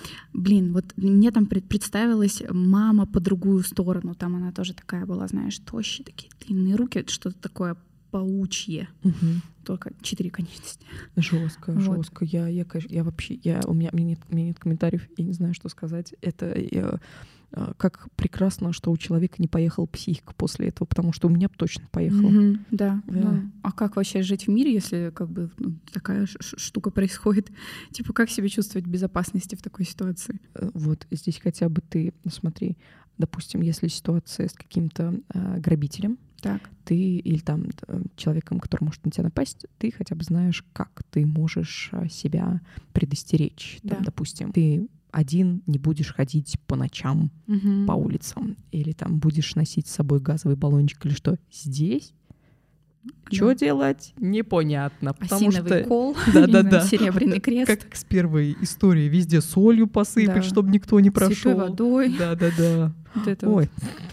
Блин, вот мне там пред- представилась мама по другую сторону. Там она тоже такая была, знаешь, тощие, такие длинные руки, что-то такое паучье. Угу. Только четыре конечности. Жестко, Вот. жестко. Я, я, конечно, я вообще, я, у меня, у меня нет, у меня нет комментариев, я не знаю, что сказать. Это я, а, как прекрасно, что у человека не поехала психика после этого, потому что у меня бы точно поехала. Мгм, да. Да. Ну, а как вообще жить в мире, если как бы ну, такая ш- ш- штука происходит? Типа, как себя чувствовать в безопасности в такой ситуации? Э, Вот здесь хотя бы ты, ну, смотри, допустим, если ситуация с каким-то а, грабителем, Так. ты или там э, человеком, который может на тебя напасть, ты хотя бы знаешь, как ты можешь а, себя предостеречь. Там, Да. допустим, ты один не будешь ходить по ночам Мгм. по улицам, или там будешь носить с собой газовый баллончик или что. Здесь что Да. делать? Непонятно. Потому Осиновый что кол, Да-да-да. серебряный крест, как с первой истории, везде солью посыпать, Да. чтобы никто не святой прошел. водой. Да-да-да. Вот это вот. Ой.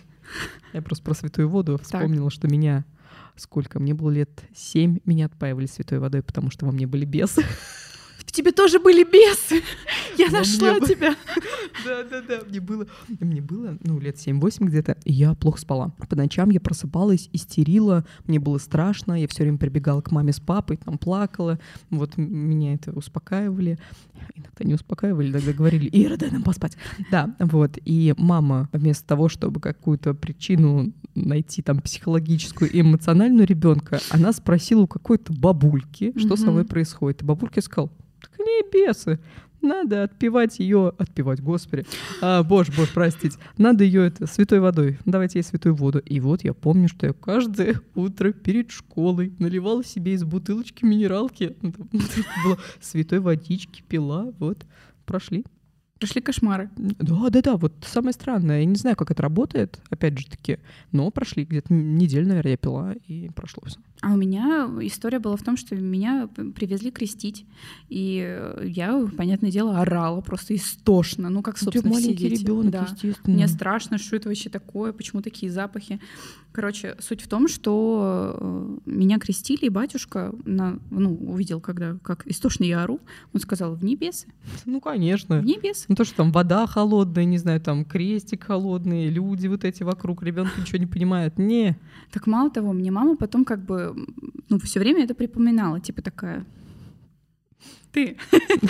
Я просто про святую воду вспомнила, что меня сколько? Мне было лет семь, меня отпаивали святой водой, потому что во мне были бесы. В тебе тоже были бесы. Я Во нашла мне бы- тебя. Да-да-да, мне было, мне было, ну, лет семь-восемь где-то, и я плохо спала. По ночам я просыпалась, истерила, мне было страшно, я все время прибегала к маме с папой, там плакала, вот м- меня это успокаивали. Иногда не успокаивали, иногда говорили: «Ира, дай нам поспать». Да, вот, и мама вместо того, чтобы какую-то причину найти там психологическую и эмоциональную ребенка, она спросила у какой-то бабульки, что со Мгм. мной происходит. И бабулька сказала: так они бесы. Надо отпивать ее, отпивать, господи, а, боже, боже, простите, надо ее это святой водой, давайте ей святую воду. И вот я помню, что я каждое утро перед школой наливала себе из бутылочки минералки, ну, там, было святой водички, пила, вот, прошли. Прошли кошмары. Да-да-да, вот самое странное. Я не знаю, как это работает, опять же таки, но прошли где-то неделю, наверное, я пила, и прошло все. А у меня история была в том, что меня привезли крестить, и я, понятное дело, орала просто истошно. Ну, как, собственно, все дети. Маленький ребенок, да. естественно. Мне страшно, что это вообще такое, почему такие запахи. Короче, суть в том, что меня крестили, и батюшка на, ну, увидел, когда, как истошно я ору, он сказал: в небесы. Ну, конечно. В небесы. Ну, то, что там вода холодная, не знаю, там крестик холодный, люди вот эти вокруг, ребенок ничего не понимает. Не. Так мало того, мне мама потом как бы, ну, все время это припоминала, типа такая: ты.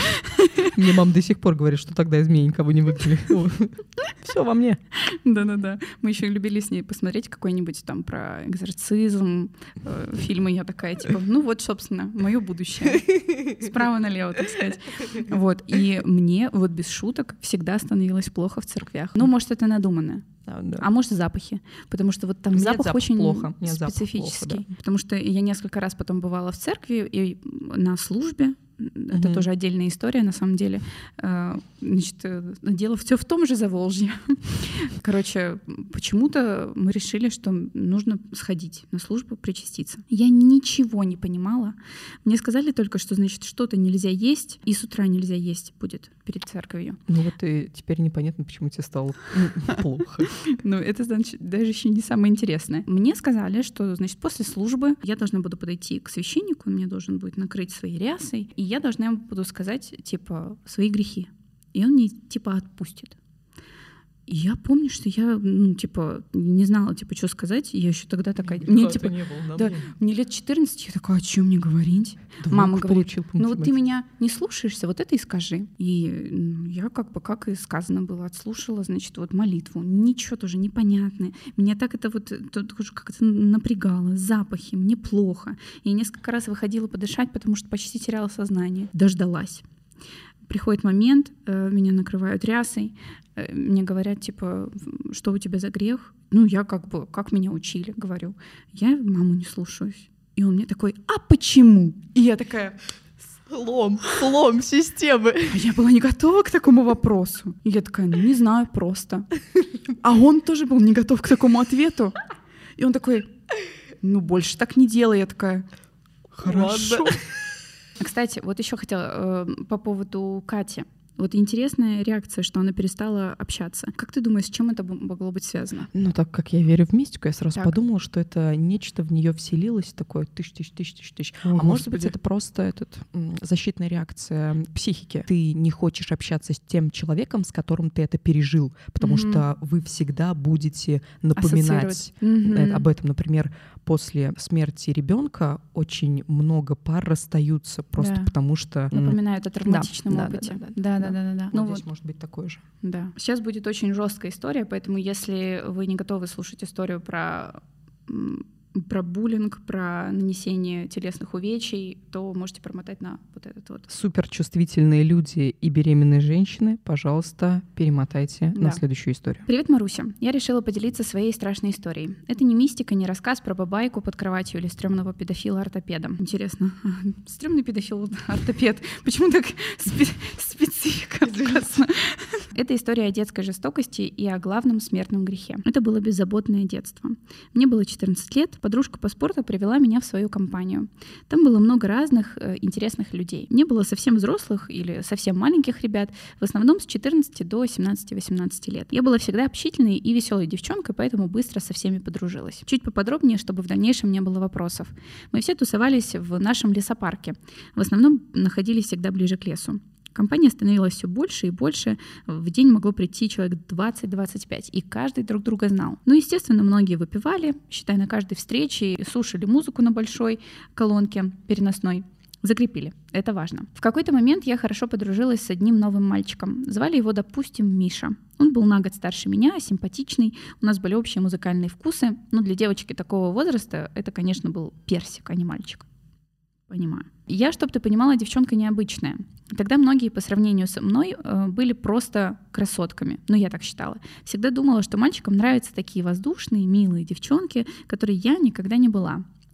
Мне мама до сих пор говорит, что тогда из меня никого не выгнали. Все во мне. Да-да-да. Мы еще любили с ней посмотреть какой-нибудь там про экзорцизм, э, фильмы. Я такая, типа, ну вот, собственно, мое будущее. Справа налево, так сказать. Вот. И мне, вот без шуток, всегда становилось плохо в церквях. Ну, может, это надуманное. Да, да. А может, запахи. Потому что вот там Нет, запах, запах очень плохо. Нет, специфический. запах плохо, да. Потому что я несколько раз потом бывала в церкви и на службе. Это угу. тоже отдельная история, на самом деле. Значит, дело все в том же Заволжье. Короче, почему-то мы решили, что нужно сходить на службу, причаститься. Я ничего не понимала. Мне сказали только, что, значит, что-то нельзя есть, и с утра нельзя есть будет перед церковью. Ну вот и теперь непонятно, почему тебе стало плохо. Ну, это, значит, даже еще не самое интересное. Мне сказали, что, значит, после службы я должна буду подойти к священнику, он мне должен будет накрыть своей рясой, и я должна ему буду сказать, типа, свои грехи. И он мне, типа, отпустит. И я помню, что я, ну, типа, не знала, типа, что сказать. Я еще тогда такая... Ну, мне, типа, не было, да, мне лет четырнадцать, я такая: а что мне говорить? Да, мама говорит: получил, ну вот ты меня не слушаешься, вот это и скажи. И я как бы, как и сказано было, отслушала, значит, вот молитву. Ничего тоже непонятное. Меня так это вот тоже как-то напрягало. Запахи, мне плохо. Я несколько раз выходила подышать, потому что почти теряла сознание. Дождалась. Приходит момент, меня накрывают рясой, мне говорят, типа, что у тебя за грех? Ну, я как бы, как меня учили, говорю. Я маму не слушаюсь. И он мне такой: а почему? И я такая: слом, слом системы. А я была не готова к такому вопросу. И я такая: ну, не знаю, просто. А он тоже был не готов к такому ответу. И он такой: ну, больше так не делай. Я такая: хорошо. Кстати, вот еще хотела э, по поводу Кати. Вот интересная реакция, что она перестала общаться. Как ты думаешь, с чем это могло быть связано? Ну, так как я верю в мистику, я сразу так. подумала, что это нечто в нее вселилось, такое тысяч, тысяч, тысяч, тысяч, тысяч. О, а Господи. Может быть, это просто этот, м, защитная реакция психики. Ты не хочешь общаться с тем человеком, с которым ты это пережил, потому mm-hmm. что вы всегда будете напоминать mm-hmm. об этом. Например, после смерти ребенка очень много пар расстаются просто да. потому что... Напоминают о травматичном да, опыте. Да, да, да. да. Да, да, да. Ну, ну здесь вот. Может быть такое же. Да. Сейчас будет очень жесткая история, поэтому если вы не готовы слушать историю про, про буллинг, про нанесение телесных увечий, то можете промотать на вот этот вот. Суперчувствительные люди и беременные женщины, пожалуйста, перемотайте да. на следующую историю. Привет, Маруся. Я решила поделиться своей страшной историей. Это не мистика, не рассказ про бабайку под кроватью или стрёмного педофила-ортопеда. Интересно, стрёмный педофил-ортопед. Почему так спе- специфика? Это история о детской жестокости и о главном смертном грехе. Это было беззаботное детство. Мне было четырнадцать лет, подружка по спорту привела меня в свою компанию. Там было много разных э, интересных людей. Не было совсем взрослых или совсем маленьких ребят, в основном с четырнадцати до семнадцати-восемнадцати лет. Я была всегда общительной и веселой девчонкой, поэтому быстро со всеми подружилась. Чуть поподробнее, чтобы в дальнейшем не было вопросов. Мы все тусовались в нашем лесопарке. В основном находились всегда ближе к лесу. Компания становилась все больше и больше. В день могло прийти человек двадцать-двадцать пять, и каждый друг друга знал. Ну, естественно, многие выпивали, считай, на каждой встрече, слушали музыку на большой колонке переносной. Закрепили. Это важно. В какой-то момент я хорошо подружилась с одним новым мальчиком. Звали его, допустим, Миша. Он был на год старше меня, симпатичный. У нас были общие музыкальные вкусы. Но для девочки такого возраста это, конечно, был персик, а не мальчик. Понимаю. Я, чтобы ты понимала, девчонка необычная. Тогда многие по сравнению со мной э, были просто красотками. Ну, я так считала. Всегда думала, что мальчикам нравятся такие воздушные, милые девчонки, которые я никогда не была.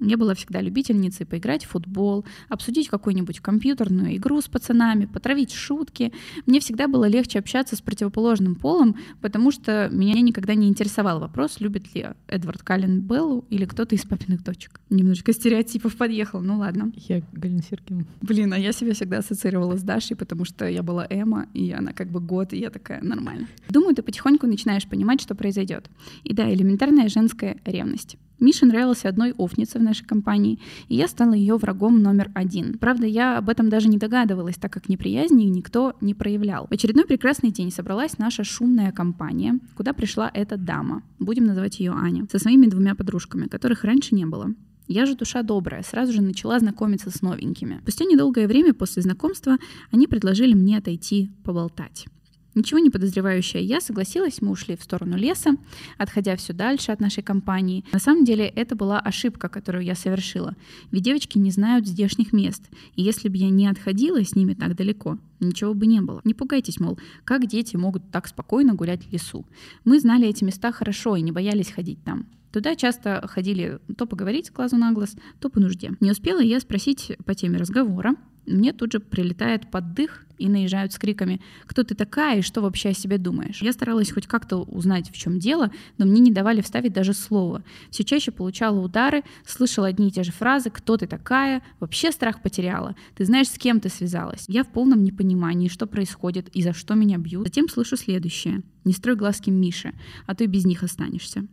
Я была всегда любительницей поиграть в футбол, обсудить какую-нибудь компьютерную игру с пацанами, потравить шутки. Мне всегда было легче общаться с противоположным полом, потому что меня никогда не интересовал вопрос, любит ли Эдвард Каллен Беллу или кто-то из папиных дочек. Немножечко стереотипов подъехал, ну ладно. Я Галина Сергеевна. Блин, а я себя всегда ассоциировала с Дашей, потому что я была Эмма, и она как бы год, и я такая нормально. Думаю, ты потихоньку начинаешь понимать, что произойдет. И да, элементарная женская ревность. Мише нравился одной офнице в нашей компании, и я стала ее врагом номер один. Правда, я об этом даже не догадывалась, так как неприязни никто не проявлял. В очередной прекрасный день собралась наша шумная компания, куда пришла эта дама, будем называть ее Аня, со своими двумя подружками, которых раньше не было. Я же душа добрая, сразу же начала знакомиться с новенькими. Спустя недолгое время после знакомства они предложили мне отойти поболтать. Ничего не подозревающая я согласилась, мы ушли в сторону леса, отходя все дальше от нашей компании. На самом деле это была ошибка, которую я совершила, ведь девочки не знают здешних мест, и если бы я не отходила с ними так далеко, ничего бы не было. Не пугайтесь, мол, как дети могут так спокойно гулять в лесу. Мы знали эти места хорошо и не боялись ходить там. Туда часто ходили то поговорить с глазу на глаз, то по нужде. Не успела я спросить по теме разговора, мне тут же прилетает поддых и наезжают с криками «Кто ты такая и что вообще о себе думаешь?». Я старалась хоть как-то узнать, в чем дело, но мне не давали вставить даже слово. Все чаще получала удары, слышала одни и те же фразы «Кто ты такая?», «Вообще страх потеряла?», «Ты знаешь, с кем ты связалась?». Я в полном непонимании, что происходит и за что меня бьют. Затем слышу следующее «Не строй глазки Мише, а то и без них останешься».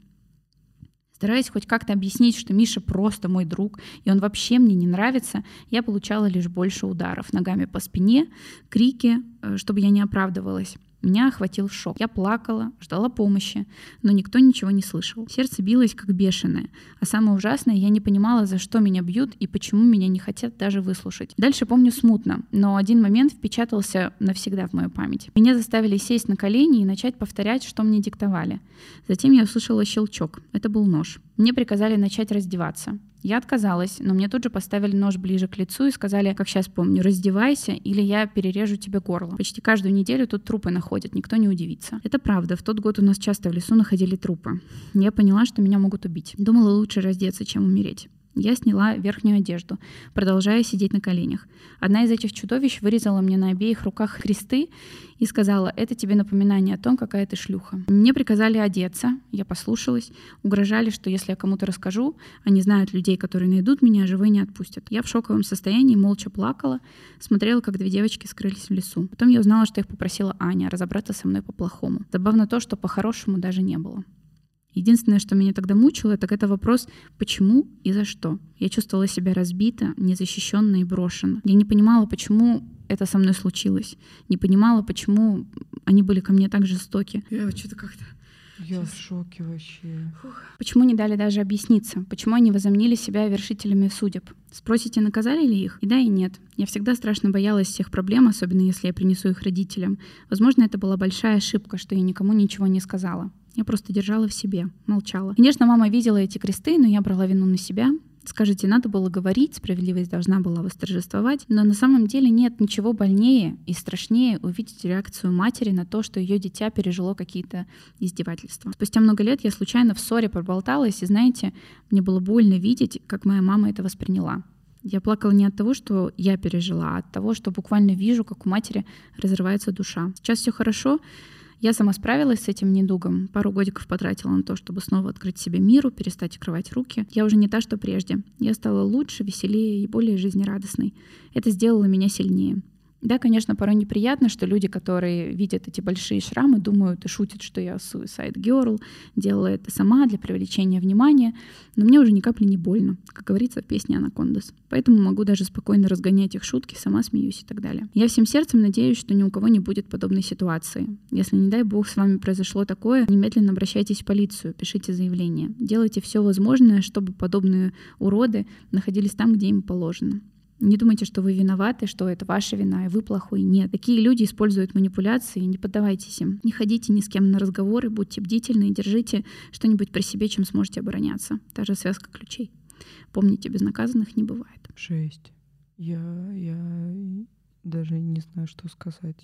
Стараясь хоть как-то объяснить, что Миша просто мой друг, и он вообще мне не нравится, я получала лишь больше ударов ногами по спине, крики, чтобы я не оправдывалась. Меня охватил шок. Я плакала, ждала помощи, но никто ничего не слышал. Сердце билось как бешеное. А самое ужасное, я не понимала, за что меня бьют и почему меня не хотят даже выслушать. Дальше помню смутно, но один момент впечатался навсегда в мою память. Меня заставили сесть на колени и начать повторять, что мне диктовали. Затем я услышала щелчок. Это был нож. Мне приказали начать раздеваться. Я отказалась, но мне тут же поставили нож ближе к лицу и сказали, как сейчас помню, раздевайся, или я перережу тебе горло. Почти каждую неделю тут трупы находят, никто не удивится. Это правда, в тот год у нас часто в лесу находили трупы. Я поняла, что меня могут убить. Думала, лучше раздеться, чем умереть. Я сняла верхнюю одежду, продолжая сидеть на коленях. Одна из этих чудовищ вырезала мне на обеих руках кресты и сказала, это тебе напоминание о том, какая ты шлюха. Мне приказали одеться, я послушалась, угрожали, что если я кому-то расскажу, они знают людей, которые найдут меня, а живой не отпустят. Я в шоковом состоянии молча плакала, смотрела, как две девочки скрылись в лесу. Потом я узнала, что их попросила Аня разобраться со мной по-плохому. Забавно то, что по-хорошему даже не было. Единственное, что меня тогда мучило, так это вопрос «почему и за что?». Я чувствовала себя разбита, незащищенной и брошена. Я не понимала, почему это со мной случилось. Не понимала, почему они были ко мне так жестоки. Я вот что-то как-то... Я в шоке вообще. Фух. Почему не дали даже объясниться? Почему они возомнили себя вершителями судеб? Спросите, наказали ли их? И да, и нет. Я всегда страшно боялась всех проблем, особенно если я принесу их родителям. Возможно, это была большая ошибка, что я никому ничего не сказала. Я просто держала в себе, молчала. Конечно, мама видела эти кресты, но я брала вину на себя. Скажите, надо было говорить, справедливость должна была восторжествовать, но на самом деле нет ничего больнее и страшнее увидеть реакцию матери на то, что ее дитя пережило какие-то издевательства. Спустя много лет я случайно в ссоре проболталась, и знаете, мне было больно видеть, как моя мама это восприняла. Я плакала не от того, что я пережила, а от того, что буквально вижу, как у матери разрывается душа. Сейчас все хорошо. Я сама справилась с этим недугом. Пару годиков потратила на то, чтобы снова открыть себе миру, перестать открывать руки. Я уже не та, что прежде. Я стала лучше, веселее и более жизнерадостной. Это сделало меня сильнее. Да, конечно, порой неприятно, что люди, которые видят эти большие шрамы, думают и шутят, что я suicide girl, делала это сама для привлечения внимания, но мне уже ни капли не больно, как говорится в песне «Анакондас». Поэтому могу даже спокойно разгонять их шутки, сама смеюсь и так далее. Я всем сердцем надеюсь, что ни у кого не будет подобной ситуации. Если, не дай бог, с вами произошло такое, немедленно обращайтесь в полицию, пишите заявление. Делайте все возможное, чтобы подобные уроды находились там, где им положено. Не думайте, что вы виноваты, что это ваша вина, и вы плохой. Нет. Такие люди используют манипуляции, не поддавайтесь им. Не ходите ни с кем на разговоры, будьте бдительны и держите что-нибудь при себе, чем сможете обороняться. Та же связка ключей. Помните, безнаказанных не бывает. Жесть. Я, я даже не знаю, что сказать.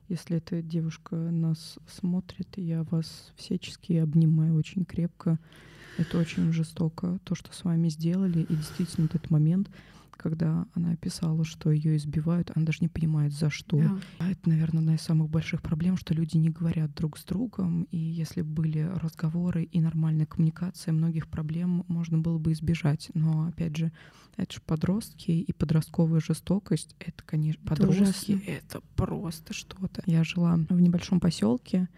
Если эта девушка нас смотрит, я вас всячески обнимаю очень крепко. Это очень жестоко, то, что с вами сделали. И действительно, этот момент, когда она писала, что ее избивают, она даже не понимает, за что. Да. А это, наверное, одна из самых больших проблем, что люди не говорят друг с другом. И если бы были разговоры и нормальная коммуникация, многих проблем можно было бы избежать. Но, опять же, это же подростки и подростковая жестокость. Это, конечно, Это подростки. ужасно. Это просто что-то. Я жила в небольшом поселке.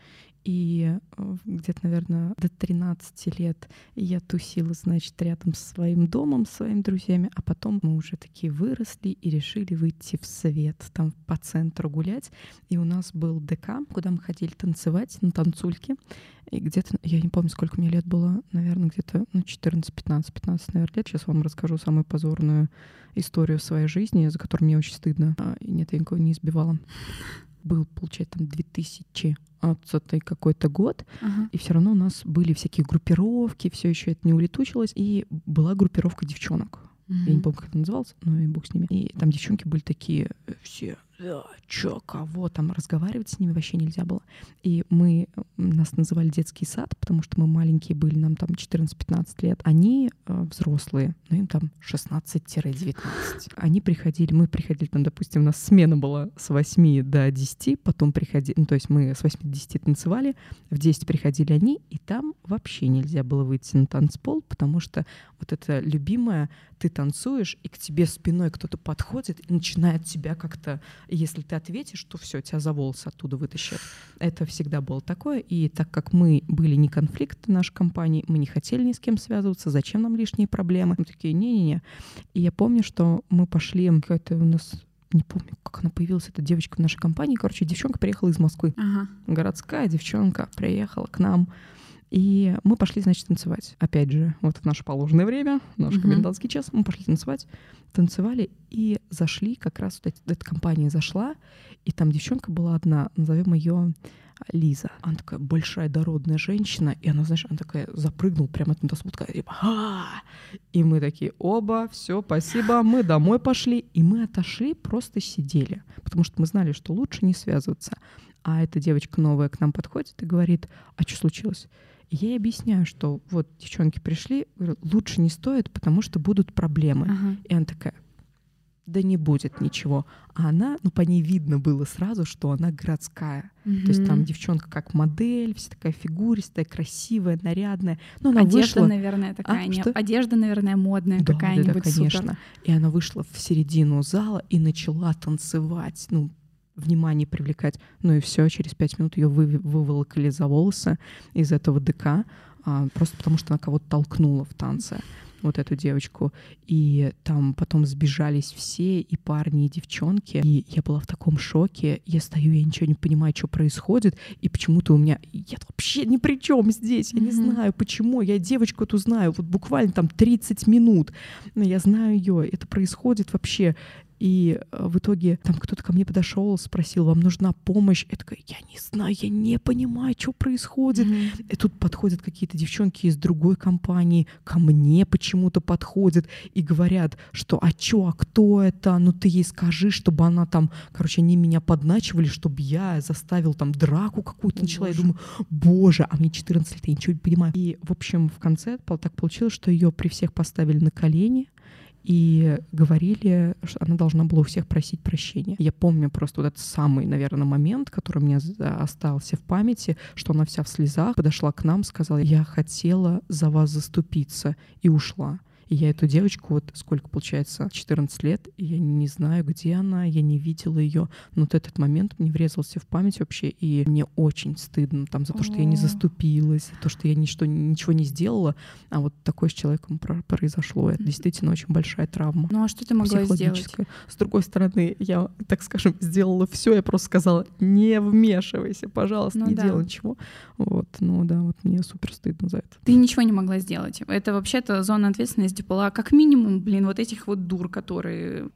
И где-то, наверное, до тринадцати лет я тусила, значит, рядом со своим домом, со своими друзьями, а потом мы уже такие выросли и решили выйти в свет, там по центру гулять. И у нас был ДК, куда мы ходили танцевать на танцульке. И где-то, я не помню, сколько мне лет было, наверное, где-то ну, четырнадцать, пятнадцать, пятнадцать, наверное, лет. Сейчас вам расскажу самую позорную историю в своей жизни, за которую мне очень стыдно. И нет, я никого не избивала. Был, получается, там две тысячи двадцатый какой-то год, Ага. и все равно у нас были всякие группировки, все еще это не улетучилось, и была группировка девчонок. Мгм. Я не помню, как это называлось, но и бог с ними. И там девчонки были такие э, все, да, чё, кого там, разговаривать с ними вообще нельзя было. И мы, нас называли детский сад, потому что мы маленькие были, нам там четырнадцать-пятнадцать лет. Они э, взрослые, но им там шестнадцать-девятнадцать. Они приходили, мы приходили, там, допустим, у нас смена была с восьми до десяти, потом приходили, ну, то есть мы с восьми до десяти танцевали, в десять приходили они, и там вообще нельзя было выйти на танцпол, потому что вот это любимое, ты танцуешь, и к тебе спиной кто-то подходит и начинает тебя как-то, если ты ответишь, то все, тебя за волосы оттуда вытащат. Это всегда было такое, и так как мы были не конфликты нашей компании, мы не хотели ни с кем связываться, зачем нам лишние проблемы? Мы такие, не-не-не. И я помню, что мы пошли, какая-то у нас, не помню, как она появилась, эта девочка в нашей компании, короче, девчонка приехала из Москвы. Ага. Городская девчонка приехала к нам. И мы пошли, значит, танцевать. Опять же, вот в наше положенное время, наш Мгм. комендантский час, мы пошли танцевать, танцевали и зашли, как раз вот эта, эта компания зашла, и там девчонка была одна, назовем ее Лиза. Она такая большая дородная женщина, и она, знаешь, она такая запрыгнула прямо от танцпола, такая, типа, «Ха!» И мы такие, оба, все, спасибо, мы домой пошли, и мы отошли, просто сидели, потому что мы знали, что лучше не связываться. А эта девочка новая к нам подходит и говорит, а что случилось? И я ей объясняю, что вот девчонки пришли, говорю, лучше не стоит, потому что будут проблемы. Ага. И она такая, да не будет ничего. А она, ну по ней видно было сразу, что она городская. То есть там Мгм. девчонка как модель, вся такая фигуристая, красивая, нарядная. Но она Одежда, вышла... наверное, такая. А, не- что? Одежда, наверное, модная Да, да, да, какая-нибудь. конечно. Супер. И она вышла в середину зала и начала танцевать, ну, внимание привлекать. Ну и все, через пять минут ее вы, выволокли за волосы из этого ДК, а, просто потому что она кого-то толкнула в танце, вот эту девочку. И там потом сбежались все, и парни, и девчонки. И я была в таком шоке. Я стою, я ничего не понимаю, что происходит. И почему-то у меня... Я вообще ни при чем здесь. Я не Мгм. знаю, почему. Я девочку эту знаю. Вот буквально там тридцать минут. Но я знаю ее. Это происходит вообще. И э, в итоге там кто-то ко мне подошел, спросил, вам нужна помощь? Я такая, я не знаю, я не понимаю, что происходит. Мгм. И тут подходят какие-то девчонки из другой компании, ко мне почему-то подходят и говорят, что а чё, а кто это? Ну ты ей скажи, чтобы она там... Короче, они меня подначивали, чтобы я заставил там драку какую-то О, начала. Я боже. думаю, боже, а мне четырнадцать лет, я ничего не понимаю. И, в общем, в конце пол- так получилось, что ее при всех поставили на колени, и говорили, что она должна была у всех просить прощения. Я помню просто вот этот самый, наверное, момент, который у меня за- остался в памяти, что она вся в слезах подошла к нам, сказала, я хотела за вас заступиться, и ушла. И я эту девочку, вот сколько получается, четырнадцать лет, и я не знаю, где она, я не видела ее. Но вот этот момент мне врезался в память вообще, и мне очень стыдно там за то, что я не О. заступилась, то, что я ничто, ничего не сделала. А вот такое с человеком про- произошло. Это действительно очень большая травма. Ну а что ты могла сделать? Психологическая. С другой стороны, я, так скажем, сделала все, я просто сказала, не вмешивайся, пожалуйста, Ну не да. делай ничего. Вот, ну да, вот мне супер стыдно за это. Ты ничего не могла сделать. Это вообще-то зона ответственности была как минимум, блин, вот этих вот дур, которые...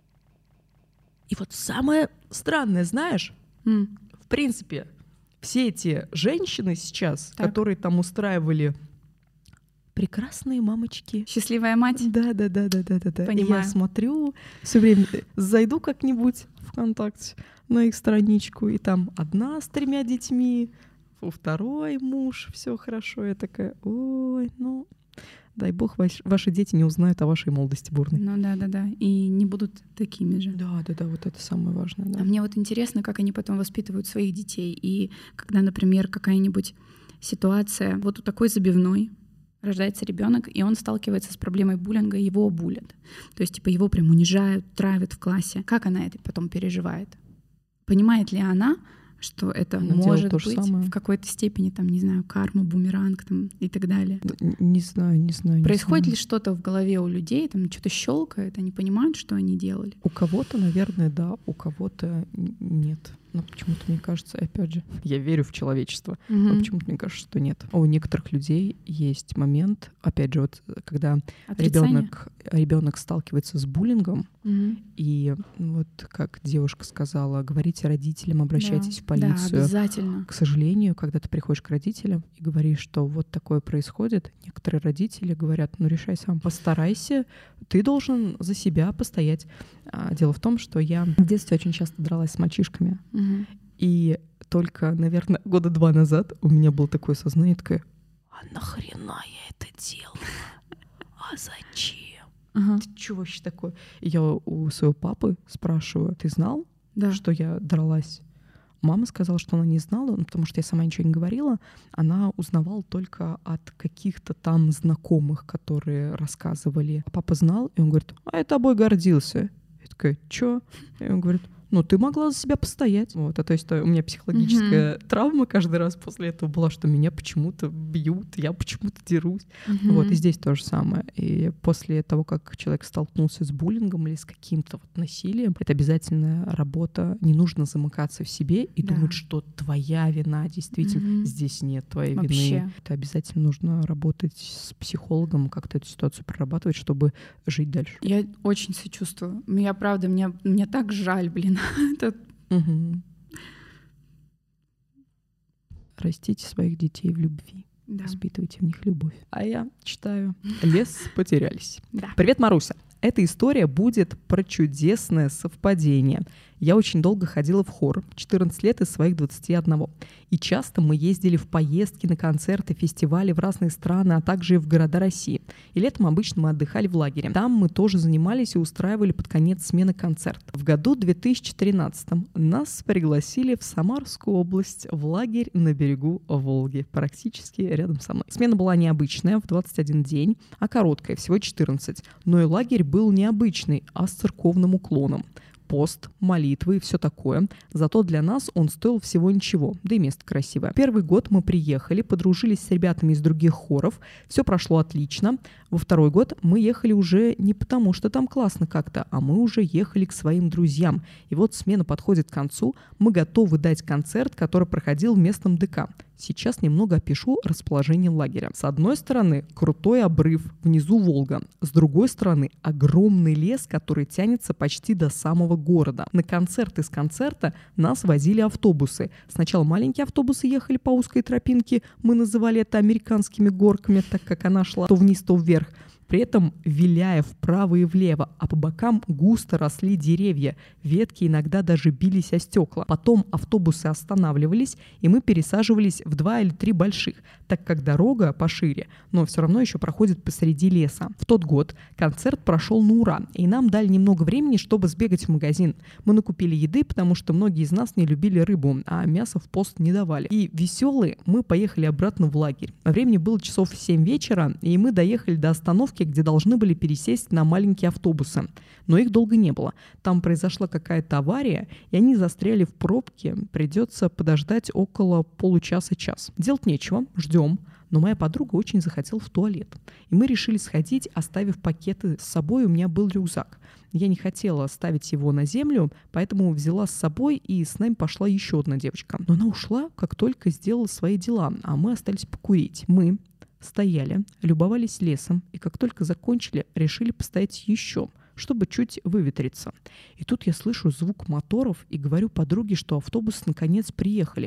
И вот самое странное, знаешь, М, в принципе, все эти женщины сейчас, Так. которые там устраивали прекрасные мамочки. Счастливая мать? Да, да, да, да, да, да, да. Понимаю. Я смотрю, все время зайду как-нибудь ВКонтакте на их страничку, и там одна с тремя детьми, у второй муж, все хорошо. Я такая, ой, ну, дай бог, ваш, ваши дети не узнают о вашей молодости бурной. Ну да, да, да. И не будут такими же. Да, да, да, вот это самое важное. Да. А мне вот интересно, как они потом воспитывают своих детей. И когда, например, какая-нибудь ситуация, вот у такой забивной рождается ребенок, и он сталкивается с проблемой буллинга, и его булят. То есть, типа, его прям унижают, травят в классе. Как она это потом переживает? Понимает ли она, что это Она может то же быть самое. в какой-то степени, там, не знаю, карма, бумеранг там, и так далее? Не знаю, не знаю. Не Происходит знаю. ли что-то в голове у людей, там что-то щелкает, они понимают, что они делали? У кого-то, наверное, да, у кого-то н- нет. Но почему-то мне кажется, опять же, я верю в человечество, но Мгм. почему-то мне кажется, что нет. У некоторых людей есть момент, опять же, вот когда Отрицание? ребенок ребенок сталкивается с буллингом, Мгм. и вот как девушка сказала, говорите родителям, обращайтесь Да. в полицию. Да, обязательно. К сожалению, когда ты приходишь к родителям и говоришь, что вот такое происходит, некоторые родители говорят, ну решай сам, постарайся, ты должен за себя постоять. А, Дело в том, что я в детстве очень часто дралась с мальчишками, Мгм. и только, наверное, года два назад у меня было такое сознание, такое, а нахрена я это делала? А зачем? Ага. Ты что вообще такое? И я у своего папы спрашиваю, ты знал, Да. что я дралась? Мама сказала, что она не знала, ну, потому что я сама ничего не говорила. Она узнавала только от каких-то там знакомых, которые рассказывали. Папа знал, и он говорит, а я тобой гордился. Я такая, чё? И он говорит, ну, ты могла за себя постоять. Вот, а то есть то у меня психологическая травма каждый раз после этого была, что меня почему-то бьют, я почему-то дерусь. Мгм. Вот, и здесь то же самое. И после того, как человек столкнулся с буллингом или с каким-то вот насилием, это обязательная работа. Не нужно замыкаться в себе и Да. думать, что твоя вина действительно. Мгм. Здесь нет твоей Вообще. вины. Это обязательно нужно работать с психологом, как-то эту ситуацию прорабатывать, чтобы жить дальше. Я очень сочувствую. Я правда, мне, мне так жаль, блин. Это Мгм. Растите своих детей в любви. да. Воспитывайте в них любовь. А я читаю «Лес потерялись». Да. Привет, Маруся. Эта история будет про чудесное совпадение. Я очень долго ходила в хор, четырнадцать лет из своих двадцати одного. И часто мы ездили в поездки на концерты, фестивали в разные страны, а также и в города России. И летом обычно мы отдыхали в лагере. Там мы тоже занимались и устраивали под конец смены концерт. В году две тысячи тринадцатом нас пригласили в Самарскую область в лагерь на берегу Волги, практически рядом со мной. Смена была необычная, в двадцать один день, а короткая, всего четырнадцать. Но и лагерь был необычный, а с церковным уклоном. Пост, молитвы и все такое. Зато для нас он стоил всего ничего, да и место красивое. Первый год мы приехали, подружились с ребятами из других хоров, все прошло отлично. Во второй год мы ехали уже не потому, что там классно как-то, а мы уже ехали к своим друзьям. И вот смена подходит к концу, мы готовы дать концерт, который проходил в местном ДК. Сейчас немного опишу расположение лагеря. С одной стороны крутой обрыв, внизу Волга. С другой стороны огромный лес, который тянется почти до самого города. На концерт из концерта нас возили автобусы. Сначала маленькие автобусы ехали по узкой тропинке. Мы называли это американскими горками, так как она шла то вниз, то вверх. При этом виляя вправо и влево, а по бокам густо росли деревья. Ветки иногда даже бились о стекла. Потом автобусы останавливались, и мы пересаживались в два или три больших, так как дорога пошире, но все равно еще проходит посреди леса. В тот год концерт прошел на ура, и нам дали немного времени, чтобы сбегать в магазин. Мы накупили еды, потому что многие из нас не любили рыбу, а мясо в пост не давали. И веселые мы поехали обратно в лагерь. Времени было часов семь вечера, и мы доехали до остановки, где должны были пересесть на маленькие автобусы. Но их долго не было. Там произошла какая-то авария, и они застряли в пробке. Придется подождать около получаса-час. Делать нечего, ждем. Но моя подруга очень захотела в туалет. И мы решили сходить, оставив пакеты с собой. У меня был рюкзак. Я не хотела ставить его на землю, поэтому взяла с собой, и с нами пошла еще одна девочка. Но она ушла, как только сделала свои дела, а мы остались покурить. Мы стояли, любовались лесом, и как только закончили, решили постоять еще, чтобы чуть выветриться. И тут я слышу звук моторов и говорю подруге, что автобусы наконец приехали.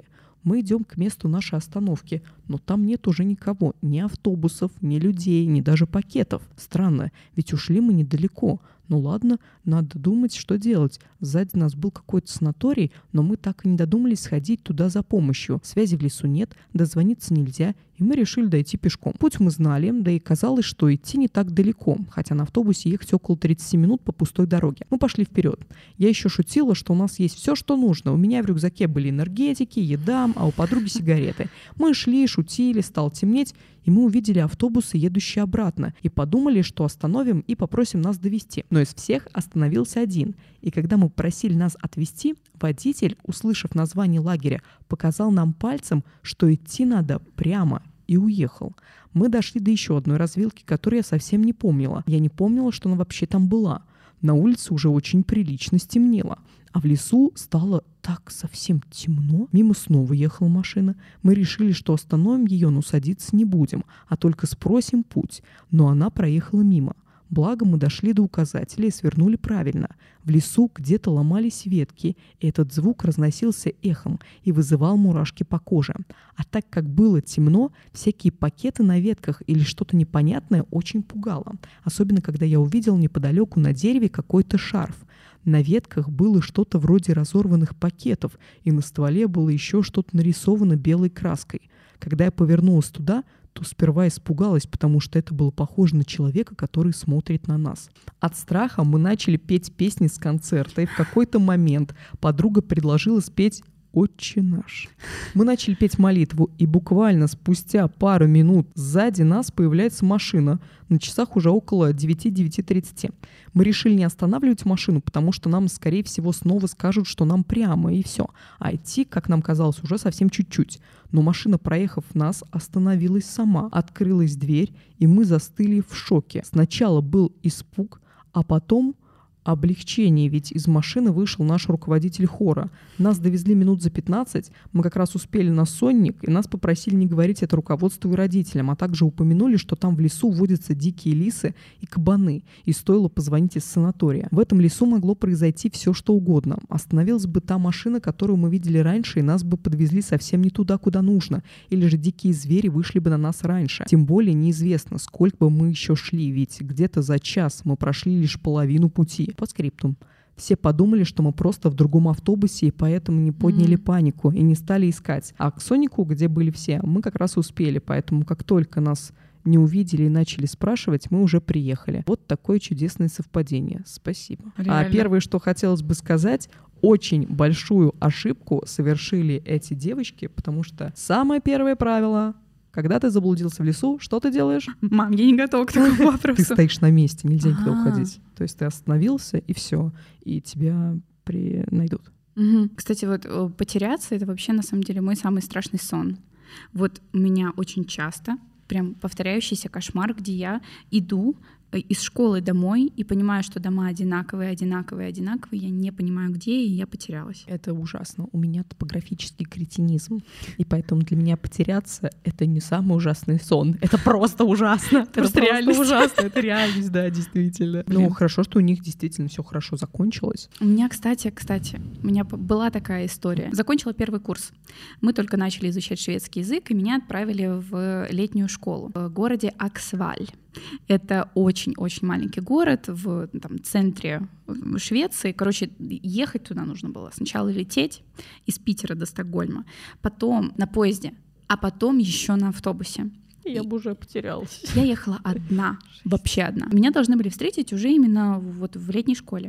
Мы идем к месту нашей остановки, но там нет уже никого, ни автобусов, ни людей, ни даже пакетов. Странно, ведь ушли мы недалеко. Ну ладно, надо думать, что делать. Сзади нас был какой-то санаторий, но мы так и не додумались сходить туда за помощью. Связи в лесу нет, дозвониться нельзя, и мы решили дойти пешком. Путь мы знали, да и казалось, что идти не так далеко, хотя на автобусе ехать около тридцати минут по пустой дороге. Мы пошли вперед. Я еще шутила, что у нас есть все, что нужно. У меня в рюкзаке были энергетики, еда, а у подруги сигареты. Мы шли, шутили, стало темнеть, и мы увидели автобусы, едущие обратно, и подумали, что остановим и попросим нас довезти. Но из всех остановился один. И когда мы просили нас отвезти, водитель, услышав название лагеря, показал нам пальцем, что идти надо прямо, и уехал. Мы дошли до еще одной развилки, которую я совсем не помнила. Я не помнила, что она вообще там была. На улице уже очень прилично стемнело. А в лесу стало так совсем темно. Мимо снова ехала машина. Мы решили, что остановим ее, но садиться не будем, а только спросим путь. Но она проехала мимо. Благо мы дошли до указателя и свернули правильно. В лесу где-то ломались ветки, и этот звук разносился эхом и вызывал мурашки по коже. А так как было темно, всякие пакеты на ветках или что-то непонятное очень пугало. Особенно, когда я увидел неподалеку на дереве какой-то шарф. На ветках было что-то вроде разорванных пакетов, и на стволе было еще что-то нарисовано белой краской. Когда я повернулась туда, то сперва испугалась, потому что это было похоже на человека, который смотрит на нас. От страха мы начали петь песни с концерта, и в какой-то момент подруга предложила спеть «Отче наш». Мы начали петь молитву, и буквально спустя пару минут сзади нас появляется машина. На часах уже около девяти-девяти тридцати. Мы решили не останавливать машину, потому что нам, скорее всего, снова скажут, что нам прямо, и все. А идти, как нам казалось, уже совсем чуть-чуть. Но машина, проехав нас, остановилась сама. Открылась дверь, и мы застыли в шоке. Сначала был испуг, а потом облегчение, ведь из машины вышел наш руководитель хора. Нас довезли минут за пятнадцать, мы как раз успели на сонник, и нас попросили не говорить это руководству и родителям, а также упомянули, что там в лесу водятся дикие лисы и кабаны, и стоило позвонить из санатория. В этом лесу могло произойти все, что угодно. Остановилась бы та машина, которую мы видели раньше, и нас бы подвезли совсем не туда, куда нужно, или же дикие звери вышли бы на нас раньше. Тем более неизвестно, сколько бы мы еще шли, ведь где-то за час мы прошли лишь половину пути. По скриптум. Все подумали, что мы просто в другом автобусе, и поэтому не подняли mm-hmm. панику и не стали искать. А к Сонику, где были все, мы как раз успели, поэтому как только нас не увидели и начали спрашивать, мы уже приехали. Вот такое чудесное совпадение. Спасибо. Реально. А первое, что хотелось бы сказать, очень большую ошибку совершили эти девочки, потому что самое первое правило — когда ты заблудился в лесу, что ты делаешь? Мам, я не готова к такому вопросу. Ты стоишь на месте, нельзя никуда уходить. То есть ты остановился, и все, и тебя при... найдут. Угу. Кстати, вот потеряться — это вообще на самом деле мой самый страшный сон. Вот у меня очень часто прям повторяющийся кошмар, где я иду из школы домой и понимаю, что дома одинаковые, одинаковые, одинаковые, я не понимаю, где, и я потерялась. Это ужасно. У меня топографический кретинизм, и поэтому для меня потеряться — это не самый ужасный сон. Это просто ужасно. Это просто реальность. Ужасно. Это реальность, да, действительно. Ну, хорошо, что у них действительно все хорошо закончилось. У меня, кстати, кстати, у меня была такая история. Закончила первый курс. Мы только начали изучать шведский язык, и меня отправили в летнюю школу в городе Аксваль. Это очень-очень маленький город в там, центре Швеции. Короче, ехать туда нужно было. Сначала лететь из Питера до Стокгольма, потом на поезде, а потом еще на автобусе. Я бы уже потерялась. Я ехала одна, вообще одна. Меня должны были встретить уже именно вот в летней школе.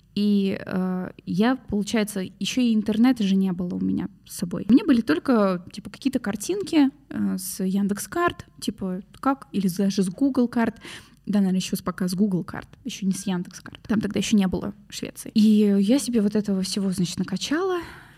И э, я, получается, еще и интернета же не было у меня с собой. У меня были только типа какие-то картинки э, с Яндекс.Карт, типа как, или даже с Google карт. Да, наверное, еще пока с Google карт, еще не с Яндекс.Карт. Там тогда еще не было Швеции. И я себе вот этого всего, значит, накачала,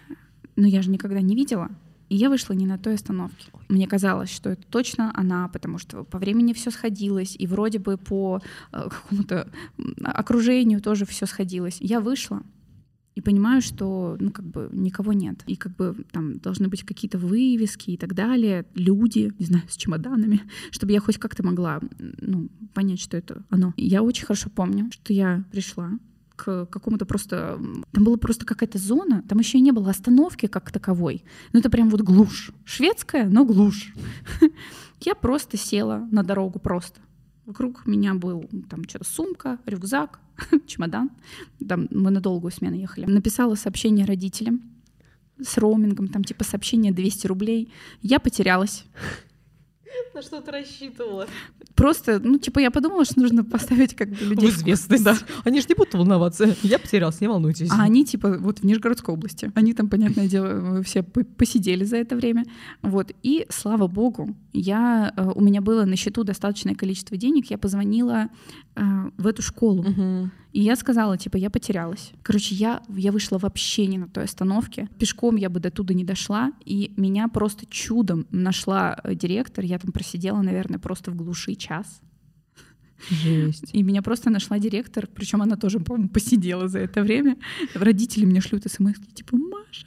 но я же никогда не видела. И я вышла не на той остановке. Мне казалось, что это точно она, потому что по времени все сходилось, и вроде бы по э, какому-то окружению тоже все сходилось. Я вышла и понимаю, что ну, как бы никого нет. И как бы там должны быть какие-то вывески и так далее, люди, не знаю, с чемоданами, чтобы я хоть как-то могла ну, понять, что это оно. Я очень хорошо помню, что я пришла к какому-то просто... Там была просто какая-то зона, там еще и не было остановки как таковой. Ну это прям вот глушь. Шведская, но глушь. Я просто села на дорогу просто. Вокруг меня был там что-то сумка, рюкзак, чемодан. Там мы на долгую смену ехали. Написала сообщение родителям с роумингом, там типа сообщение двести рублей. Я потерялась. На что ты рассчитывала? Просто, ну, типа, я подумала, что нужно поставить как бы людей... В известность. Да. Они же не будут волноваться. Я потерялась, не волнуйтесь. А они, типа, вот в Нижегородской области. Они там, понятное дело, все посидели за это время. Вот. И, слава богу, я, у меня было на счету достаточное количество денег. Я позвонила э, в эту школу. Угу. И я сказала, типа, я потерялась. Короче, я, я вышла вообще не на той остановке. Пешком я бы до туда не дошла. И меня просто чудом нашла директор. Я там просидела, наверное, просто в глуши час. Жесть. И меня просто нашла директор. Причем она тоже, по-моему, посидела за это время. Родители мне шлют смс, типа, Маша,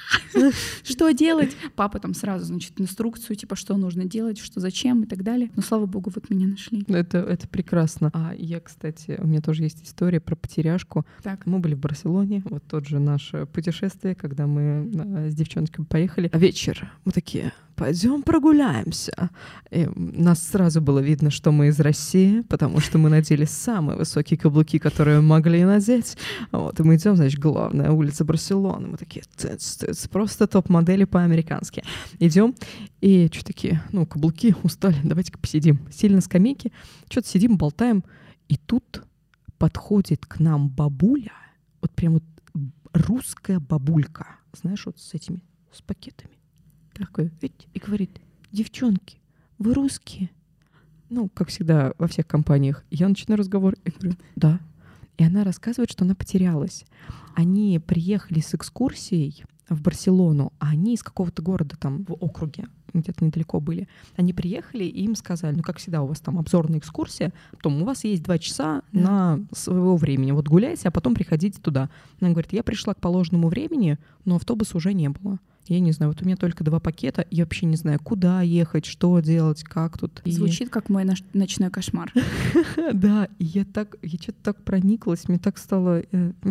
что делать? Папа там сразу, значит, инструкцию, типа, что нужно делать, что зачем и так далее. Но, слава богу, вот меня нашли. Это, это прекрасно. А я, кстати, у меня тоже есть история про потеряшку. Так. Мы были в Барселоне, вот тот же наше путешествие, когда мы с девчонками поехали. А вечер мы такие... Пойдем прогуляемся. И нас сразу было видно, что мы из России, потому что мы надели самые высокие каблуки, которые могли надеть. Вот, и мы идем, значит, главная улица Барселоны. Мы такие, тыц, тыц, просто топ-модели по-американски. Идем, и что такие, ну, каблуки устали, давайте-ка посидим. Сели на скамейке, что-то сидим, болтаем. И тут подходит к нам бабуля, вот прям вот русская бабулька, знаешь, вот с этими, с пакетами. Такой, и говорит, девчонки, вы русские? Ну, как всегда во всех компаниях. Я начинаю разговор, и говорю, да. И она рассказывает, что она потерялась. Они приехали с экскурсией в Барселону, а они из какого-то города там в округе, где-то недалеко были. Они приехали, и им сказали, ну, как всегда, у вас там обзорная экскурсия, потом у вас есть два часа yeah. на своего времени. Вот гуляйте, а потом приходите туда. Она говорит, я пришла к положенному времени, но автобуса уже не было. Я не знаю, вот у меня только два пакета, я вообще не знаю, куда ехать, что делать, как тут. Звучит и... как мой ноч- ночной кошмар. Да, и я так, я что-то так прониклась, мне так стало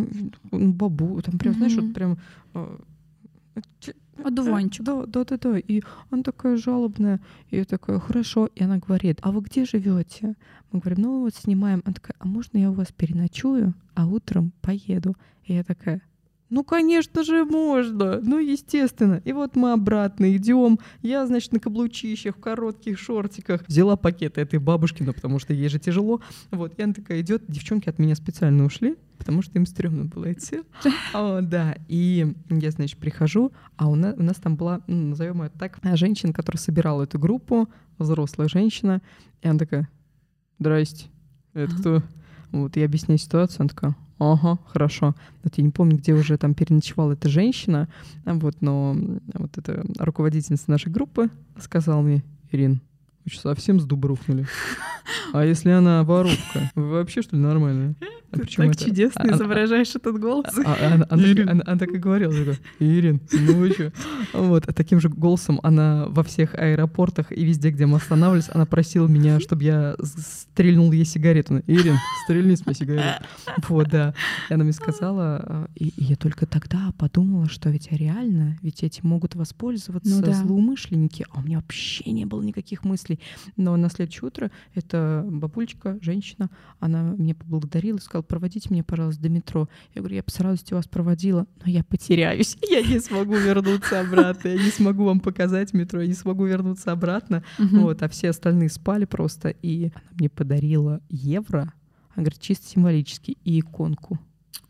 бабу, там прям, знаешь, вот прям... Одуванчик. Да, да, да, да. И она такая жалобная. И я такая, хорошо. И она говорит, а вы где живете? Мы говорим, ну вот снимаем. Она такая, а можно я у вас переночую, а утром поеду? И я такая, ну, конечно же, можно. Ну, естественно. И вот мы обратно идем. Я, значит, на каблучищах, в коротких шортиках. Взяла пакеты этой бабушки, ну, потому что ей же тяжело. Вот, и она такая идет. Девчонки от меня специально ушли, потому что им стрёмно было идти. О, да. И я, значит, прихожу, а у нас, у нас там была, ну, назовем ее так, женщина, которая собирала эту группу, взрослая женщина. И она такая, здрасте, это кто? Вот, я объясняю ситуацию, она такая, ага, хорошо. Вот я не помню, где уже там переночевала эта женщина, вот, но вот эта руководительница нашей группы сказала мне, Ирин, вы что, совсем с дуба рухнули? А если она воровка? Вы вообще, что ли, нормальная? А ты так это? Чудесно а, изображаешь а, этот голос. А, а, она, она, она, она, она так и говорила, такая, Ирин, ну вы что? Вот, а таким же голосом она во всех аэропортах и везде, где мы останавливались, она просила меня, чтобы я стрельнул ей сигарету. Ирин, стрельни с меня сигарету. Вот, да. И она мне сказала, и, и я только тогда подумала, что ведь реально, ведь эти могут воспользоваться ну, да. злоумышленники. А у меня вообще не было никаких мыслей. Но на следующее утро эта бабульчика, женщина, она меня поблагодарила и сказала, проводите меня, пожалуйста, до метро. Я говорю, я бы с радостью вас проводила, но я потеряюсь. Я не смогу вернуться обратно. Я не смогу вам показать метро, я не смогу вернуться обратно. Uh-huh. Вот, а все остальные спали просто. И она мне подарила евро, она говорит, чисто символически, и иконку.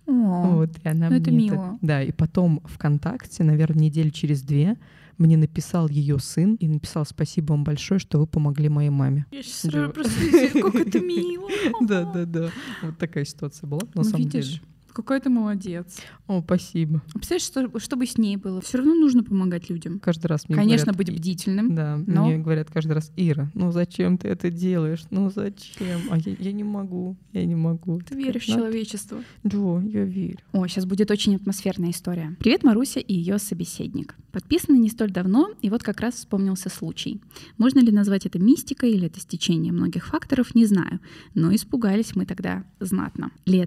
О, вот, и она ну мне это мило. Да, и потом ВКонтакте, наверное, недели через две мне написал ее сын и написал, спасибо вам большое, что вы помогли моей маме. Я сейчас сразу просто как это мило. Да, да, да. Вот такая ситуация была, на самом деле. Какой ты молодец. О, спасибо. Представляешь, что, что бы с ней было? Все равно нужно помогать людям. Каждый раз мне Конечно, говорят, быть бдительным. Да, но... мне говорят каждый раз, Ира, ну зачем ты это делаешь? Ну зачем? А я, я не могу, я не могу. Ты веришь в человечество? Да, я верю. О, сейчас будет очень атмосферная история. Привет, Маруся и ее собеседник. Подписаны не столь давно, и вот как раз вспомнился случай. Можно ли назвать это мистикой или это стечение многих факторов, не знаю. Но испугались мы тогда знатно. Лето.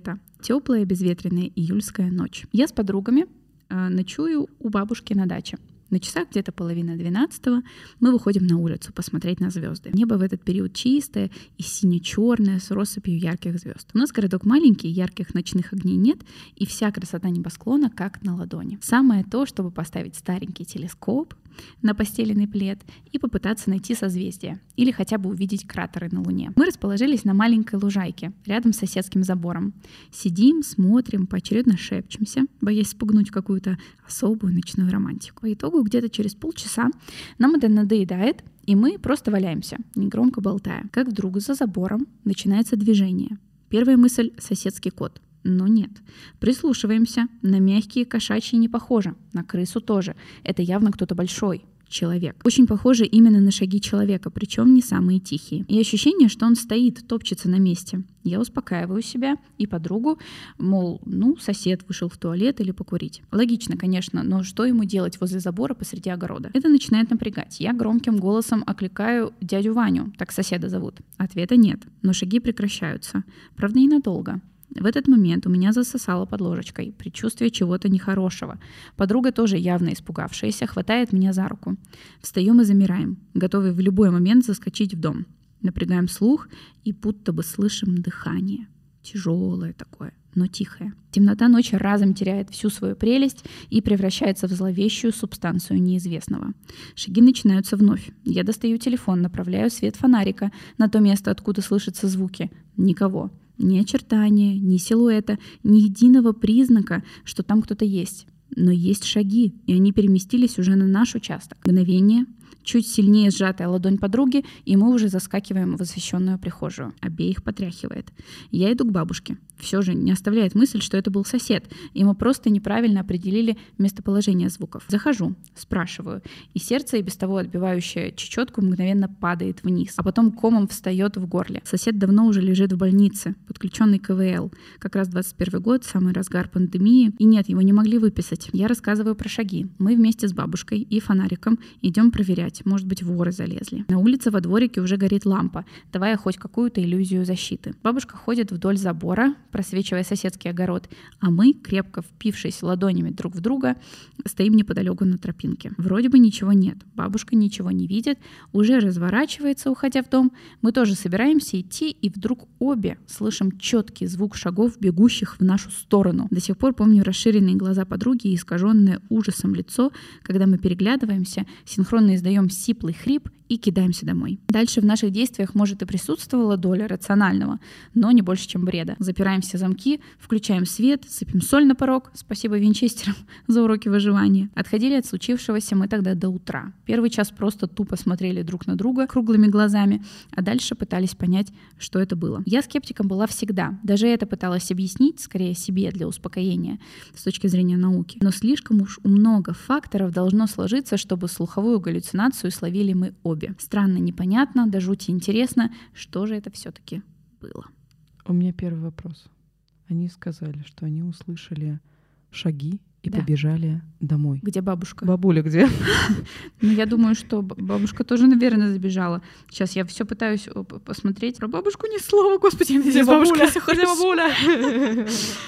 Теплая безветренная июльская ночь. Я с подругами э, ночую у бабушки на даче. На часах где-то половина двенадцатого мы выходим на улицу посмотреть на звезды. Небо в этот период чистое и сине-черное с россыпью ярких звезд. У нас городок маленький, ярких ночных огней нет, и вся красота небосклона как на ладони. Самое то, чтобы поставить старенький телескоп на постеленный плед и попытаться найти созвездия или хотя бы увидеть кратеры на Луне. Мы расположились на маленькой лужайке рядом с соседским забором. Сидим, смотрим, поочередно шепчемся, боясь спугнуть какую-то особую ночную романтику. По итогу где-то через полчаса нам это надоедает, и мы просто валяемся, негромко болтая. Как вдруг за забором начинается движение. Первая мысль — соседский кот. Но нет. Прислушиваемся. На мягкие кошачьи не похоже. На крысу тоже. Это явно кто-то большой. Человек. Очень похоже именно на шаги человека, причем не самые тихие. И ощущение, что он стоит, топчется на месте. Я успокаиваю себя и подругу, мол, ну, сосед вышел в туалет или покурить. Логично, конечно, но что ему делать возле забора посреди огорода? Это начинает напрягать. Я громким голосом окликаю дядю Ваню, так соседа зовут. Ответа нет, но шаги прекращаются. Правда, ненадолго. В этот момент у меня засосало под ложечкой, предчувствие чего-то нехорошего. Подруга, тоже явно испугавшаяся, хватает меня за руку. Встаем и замираем, готовые в любой момент заскочить в дом. Напрягаем слух и будто бы слышим дыхание. Тяжелое такое, но тихое. Темнота ночи разом теряет всю свою прелесть и превращается в зловещую субстанцию неизвестного. Шаги начинаются вновь. Я достаю телефон, направляю свет фонарика на то место, откуда слышатся звуки. Никого. Ни очертания, ни силуэта, ни единого признака, что там кто-то есть. Но есть шаги, и они переместились уже на наш участок. Мгновение, чуть сильнее сжатая ладонь подруги, и мы уже заскакиваем в освещенную прихожую. Обеих потряхивает. Я иду к бабушке. Все же не оставляет мысль, что это был сосед, и мы просто неправильно определили местоположение звуков. Захожу, спрашиваю, и сердце, и без того отбивающее чечетку, мгновенно падает вниз, а потом комом встает в горле. Сосед давно уже лежит в больнице, подключенный к КВЛ. Как раз двадцать первый год, самый разгар пандемии, и нет, его не могли выписать. Я рассказываю про шаги. Мы вместе с бабушкой и фонариком идем проверять, может быть, воры залезли. На улице во дворике уже горит лампа, давая хоть какую-то иллюзию защиты. Бабушка ходит вдоль забора, просвечивая соседский огород, а мы, крепко впившись ладонями друг в друга, стоим неподалеку на тропинке. Вроде бы ничего нет, бабушка ничего не видит, уже разворачивается, уходя в дом. Мы тоже собираемся идти, и вдруг обе слышим четкий звук шагов, бегущих в нашу сторону. До сих пор помню расширенные глаза подруги и искаженное ужасом лицо, когда мы переглядываемся, синхронно издаем сиплый хрип и кидаемся домой. Дальше в наших действиях, может, и присутствовала доля рационального, но не больше, чем бреда. Запираем все замки, включаем свет, сыпем соль на порог, спасибо винчестерам за уроки выживания. Отходили от случившегося мы тогда до утра. Первый час просто тупо смотрели друг на друга круглыми глазами, а дальше пытались понять, что это было. Я скептиком была всегда. Даже это пыталась объяснить, скорее себе, для успокоения, с точки зрения науки. Но слишком уж много факторов должно сложиться, чтобы слуховую галлюцинацию словили мы обе. Странно, непонятно, до жути интересно, что же это все-таки было. У меня первый вопрос. Они сказали, что они услышали шаги и да. побежали домой. Где бабушка? Бабуля где? Ну, я думаю, что бабушка тоже, наверное, забежала. Сейчас я все пытаюсь посмотреть. Про бабушку ни слова, господи, где бабушка? Где бабуля?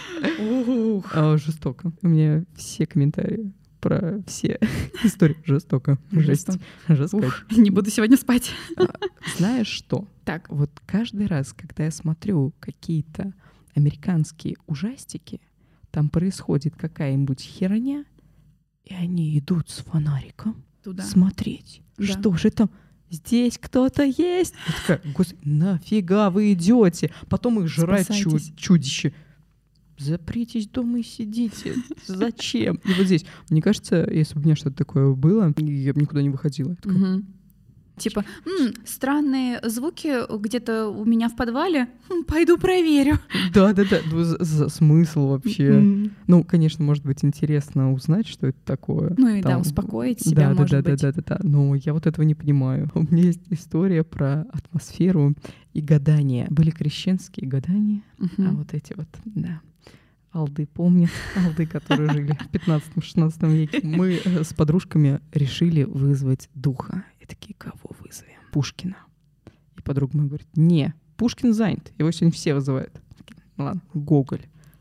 Жестоко. У меня все комментарии про все истории. Жестоко. Жесть. Жестко. Не буду сегодня спать. Знаешь что? Так. Вот каждый раз, когда я смотрю какие-то американские ужастики, там происходит какая-нибудь херня, и они идут с фонариком туда смотреть. Да. Что же там? Здесь кто-то есть? Я такая, господи, нафига вы идете? Потом их жрать чу- чудище. Запритесь дома и сидите. Зачем? И вот здесь, мне кажется, если бы у меня что-то такое было, я бы никуда не выходила. Я такая, угу. Типа, м-м, странные звуки где-то у меня в подвале, м, пойду проверю. Да-да-да, смысл вообще. Mm-hmm. Ну, конечно, может быть интересно узнать, что это такое. Ну и там, да, успокоить себя, да, может да, быть. Да-да-да, но я вот этого не понимаю. У меня есть история про атмосферу и гадания. Были крещенские гадания, uh-huh. а вот эти вот, да. Алды помнят, алды, которые жили в пятнадцатом-шестнадцатом веке. Мы с подружками решили вызвать духа. И такие, кого вызовем? Пушкина. И подруга моя говорит, не, Пушкин занят, его сегодня все вызывают. Ну ладно, Гоголь.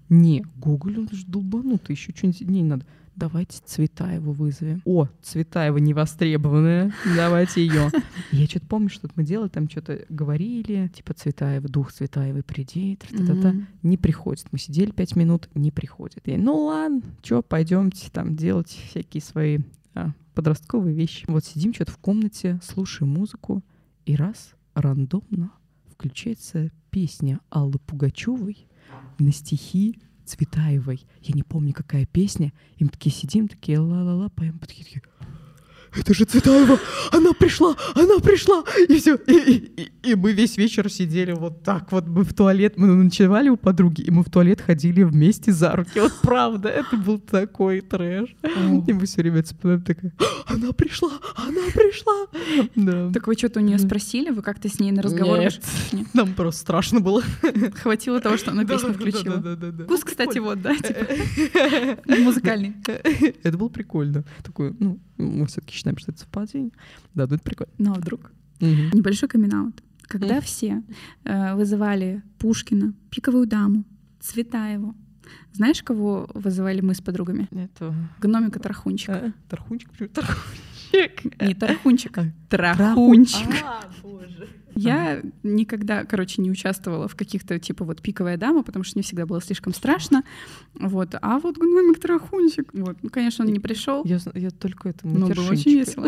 Не, Гоголь, он же долбанутый, еще что-нибудь не надо. Давайте Цветаеву вызовем. О, Цветаева невостребованная, давайте ее. Я что-то помню, что мы делали, там что-то говорили, типа Цветаева, дух Цветаевой, приди, та-та-та. Mm-hmm. Не приходит. Мы сидели пять минут, не приходит. Я, ну ладно, что, пойдемте там делать всякие свои а, подростковые вещи. Вот сидим что-то в комнате, слушаем музыку, и раз рандомно включается песня Аллы Пугачевой на стихи Цветаевой. Я не помню, какая песня. И мы такие сидим, такие ла-ла-ла, поем, такие, такие, это же Цветаева! Она пришла! Она пришла! И все. И, и, и, и мы весь вечер сидели вот так вот. Мы в туалет, мы ночевали у подруги, и мы в туалет ходили вместе за руки. Вот правда, это был такой трэш. И мы все время вспоминаем, такая, она пришла! Она пришла! Да. Так вы что-то у нее спросили? Вы как-то с ней на разговор? Нет. Нет. Нам просто страшно было. Хватило того, что она песню включила. Да, да, да. Вкус, кстати, вот, да, типа музыкальный. Это было прикольно. Такой, ну, мы все-таки считаем, что это совпадение. Да, ну это прикольно. Ну а вдруг? Угу. Небольшой камин-аут. Когда угу. все э, вызывали Пушкина, Пиковую даму, Цветаеву, знаешь, кого вызывали мы с подругами? Это... Гномика Тархунчика. А, Тархунчик? Тархунчик? Не Тархунчик, а Трахунчик. А, боже. Я никогда, короче, не участвовала в каких-то, типа, вот «Пиковая дама», потому что мне всегда было слишком страшно. Вот. А вот гномик Тархунчик, вот. Ну, конечно, он не пришел. Я, я только это Ну, было очень весело.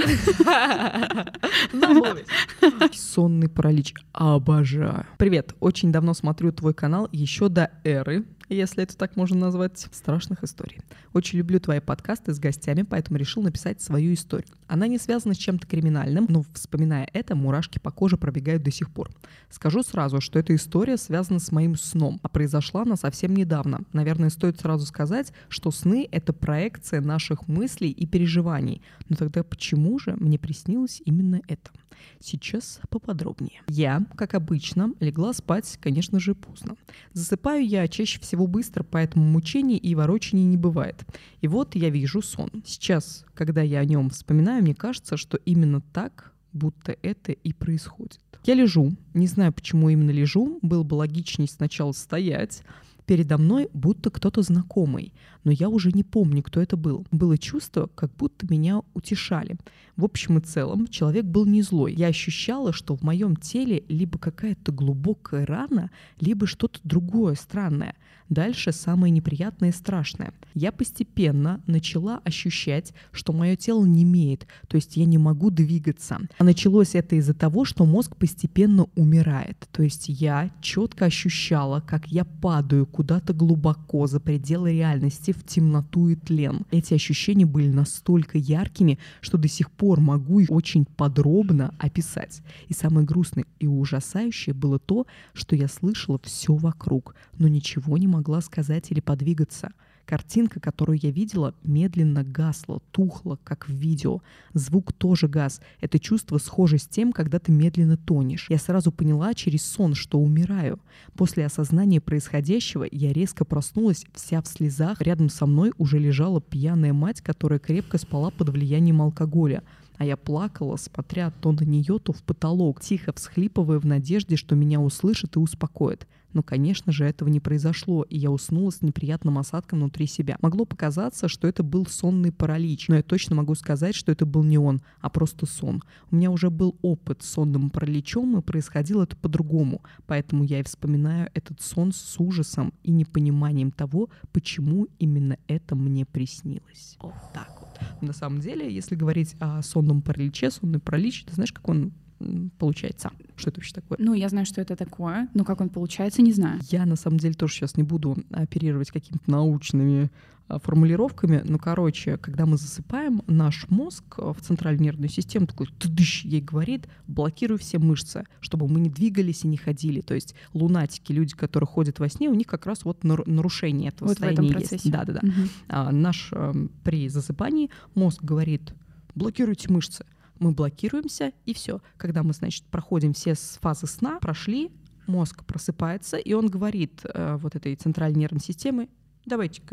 Сонный паралич. Обожаю. Привет. Очень давно смотрю твой канал, еще до эры, если это так можно назвать, страшных историй. Очень люблю твои подкасты с гостями, поэтому решил написать свою историю. Она не связана с чем-то криминальным, но, вспоминая это, мурашки по коже пробегают до сих пор. Скажу сразу, что эта история связана с моим сном, а произошла она совсем недавно. Наверное, стоит сразу сказать, что сны — это проекция наших мыслей и переживаний. Но тогда почему же мне приснилось именно это? Сейчас поподробнее. Я, как обычно, легла спать, конечно же, поздно. Засыпаю я чаще всего быстро, поэтому мучений и ворочаний не бывает. И вот я вижу сон. Сейчас, когда я о нем вспоминаю, мне кажется, что именно так, будто это и происходит. Я лежу, не знаю, почему именно лежу, было бы логичнее сначала стоять. Передо мной будто кто-то знакомый, но я уже не помню, кто это был. Было чувство, как будто меня утешали. В общем и целом, человек был не злой. Я ощущала, что в моем теле либо какая-то глубокая рана, либо что-то другое странное. Дальше самое неприятное и страшное. Я постепенно начала ощущать, что мое тело немеет, то есть я не могу двигаться. А началось это из-за того, что мозг постепенно умирает. То есть я четко ощущала, как я падаю куда-то глубоко за пределы реальности, в темноту и тлен. Эти ощущения были настолько яркими, что до сих пор могу их очень подробно описать. И самое грустное и ужасающее было то, что я слышала все вокруг, но ничего не могла сказать или подвигаться. Картинка, которую я видела, медленно гасла, тухла, как в видео. Звук тоже гас. Это чувство схоже с тем, когда ты медленно тонешь. Я сразу поняла через сон, что умираю. После осознания происходящего я резко проснулась, вся в слезах. Рядом со мной уже лежала пьяная мать, которая крепко спала под влиянием алкоголя. А я плакала, смотря то на нее, то в потолок, тихо всхлипывая в надежде, что меня услышат и успокоят. Но, конечно же, этого не произошло, и я уснула с неприятным осадком внутри себя. Могло показаться, что это был сонный паралич, но я точно могу сказать, что это был не он, а просто сон. У меня уже был опыт с сонным параличом, и происходило это по-другому, поэтому я и вспоминаю этот сон с ужасом и непониманием того, почему именно это мне приснилось. Вот так вот. На самом деле, если говорить о сонном параличе, сонный паралич, ты знаешь, как он получается? Что это вообще такое? Ну, я знаю, что это такое, но как он получается, не знаю. Я, на самом деле, тоже сейчас не буду оперировать какими-то научными формулировками, но, короче, когда мы засыпаем, наш мозг в центральную нервную систему такой тыдыщ ей говорит: блокируй все мышцы, чтобы мы не двигались и не ходили. То есть лунатики, люди, которые ходят во сне, у них как раз вот нарушение этого вот состояния в этом процессе. есть. Да-да-да. Угу. А, наш а, при засыпании мозг говорит: блокируйте мышцы. Мы блокируемся, и все. Когда мы, значит, проходим все фазы сна, прошли, мозг просыпается, и он говорит э, вот этой центральной нервной системе: давайте-ка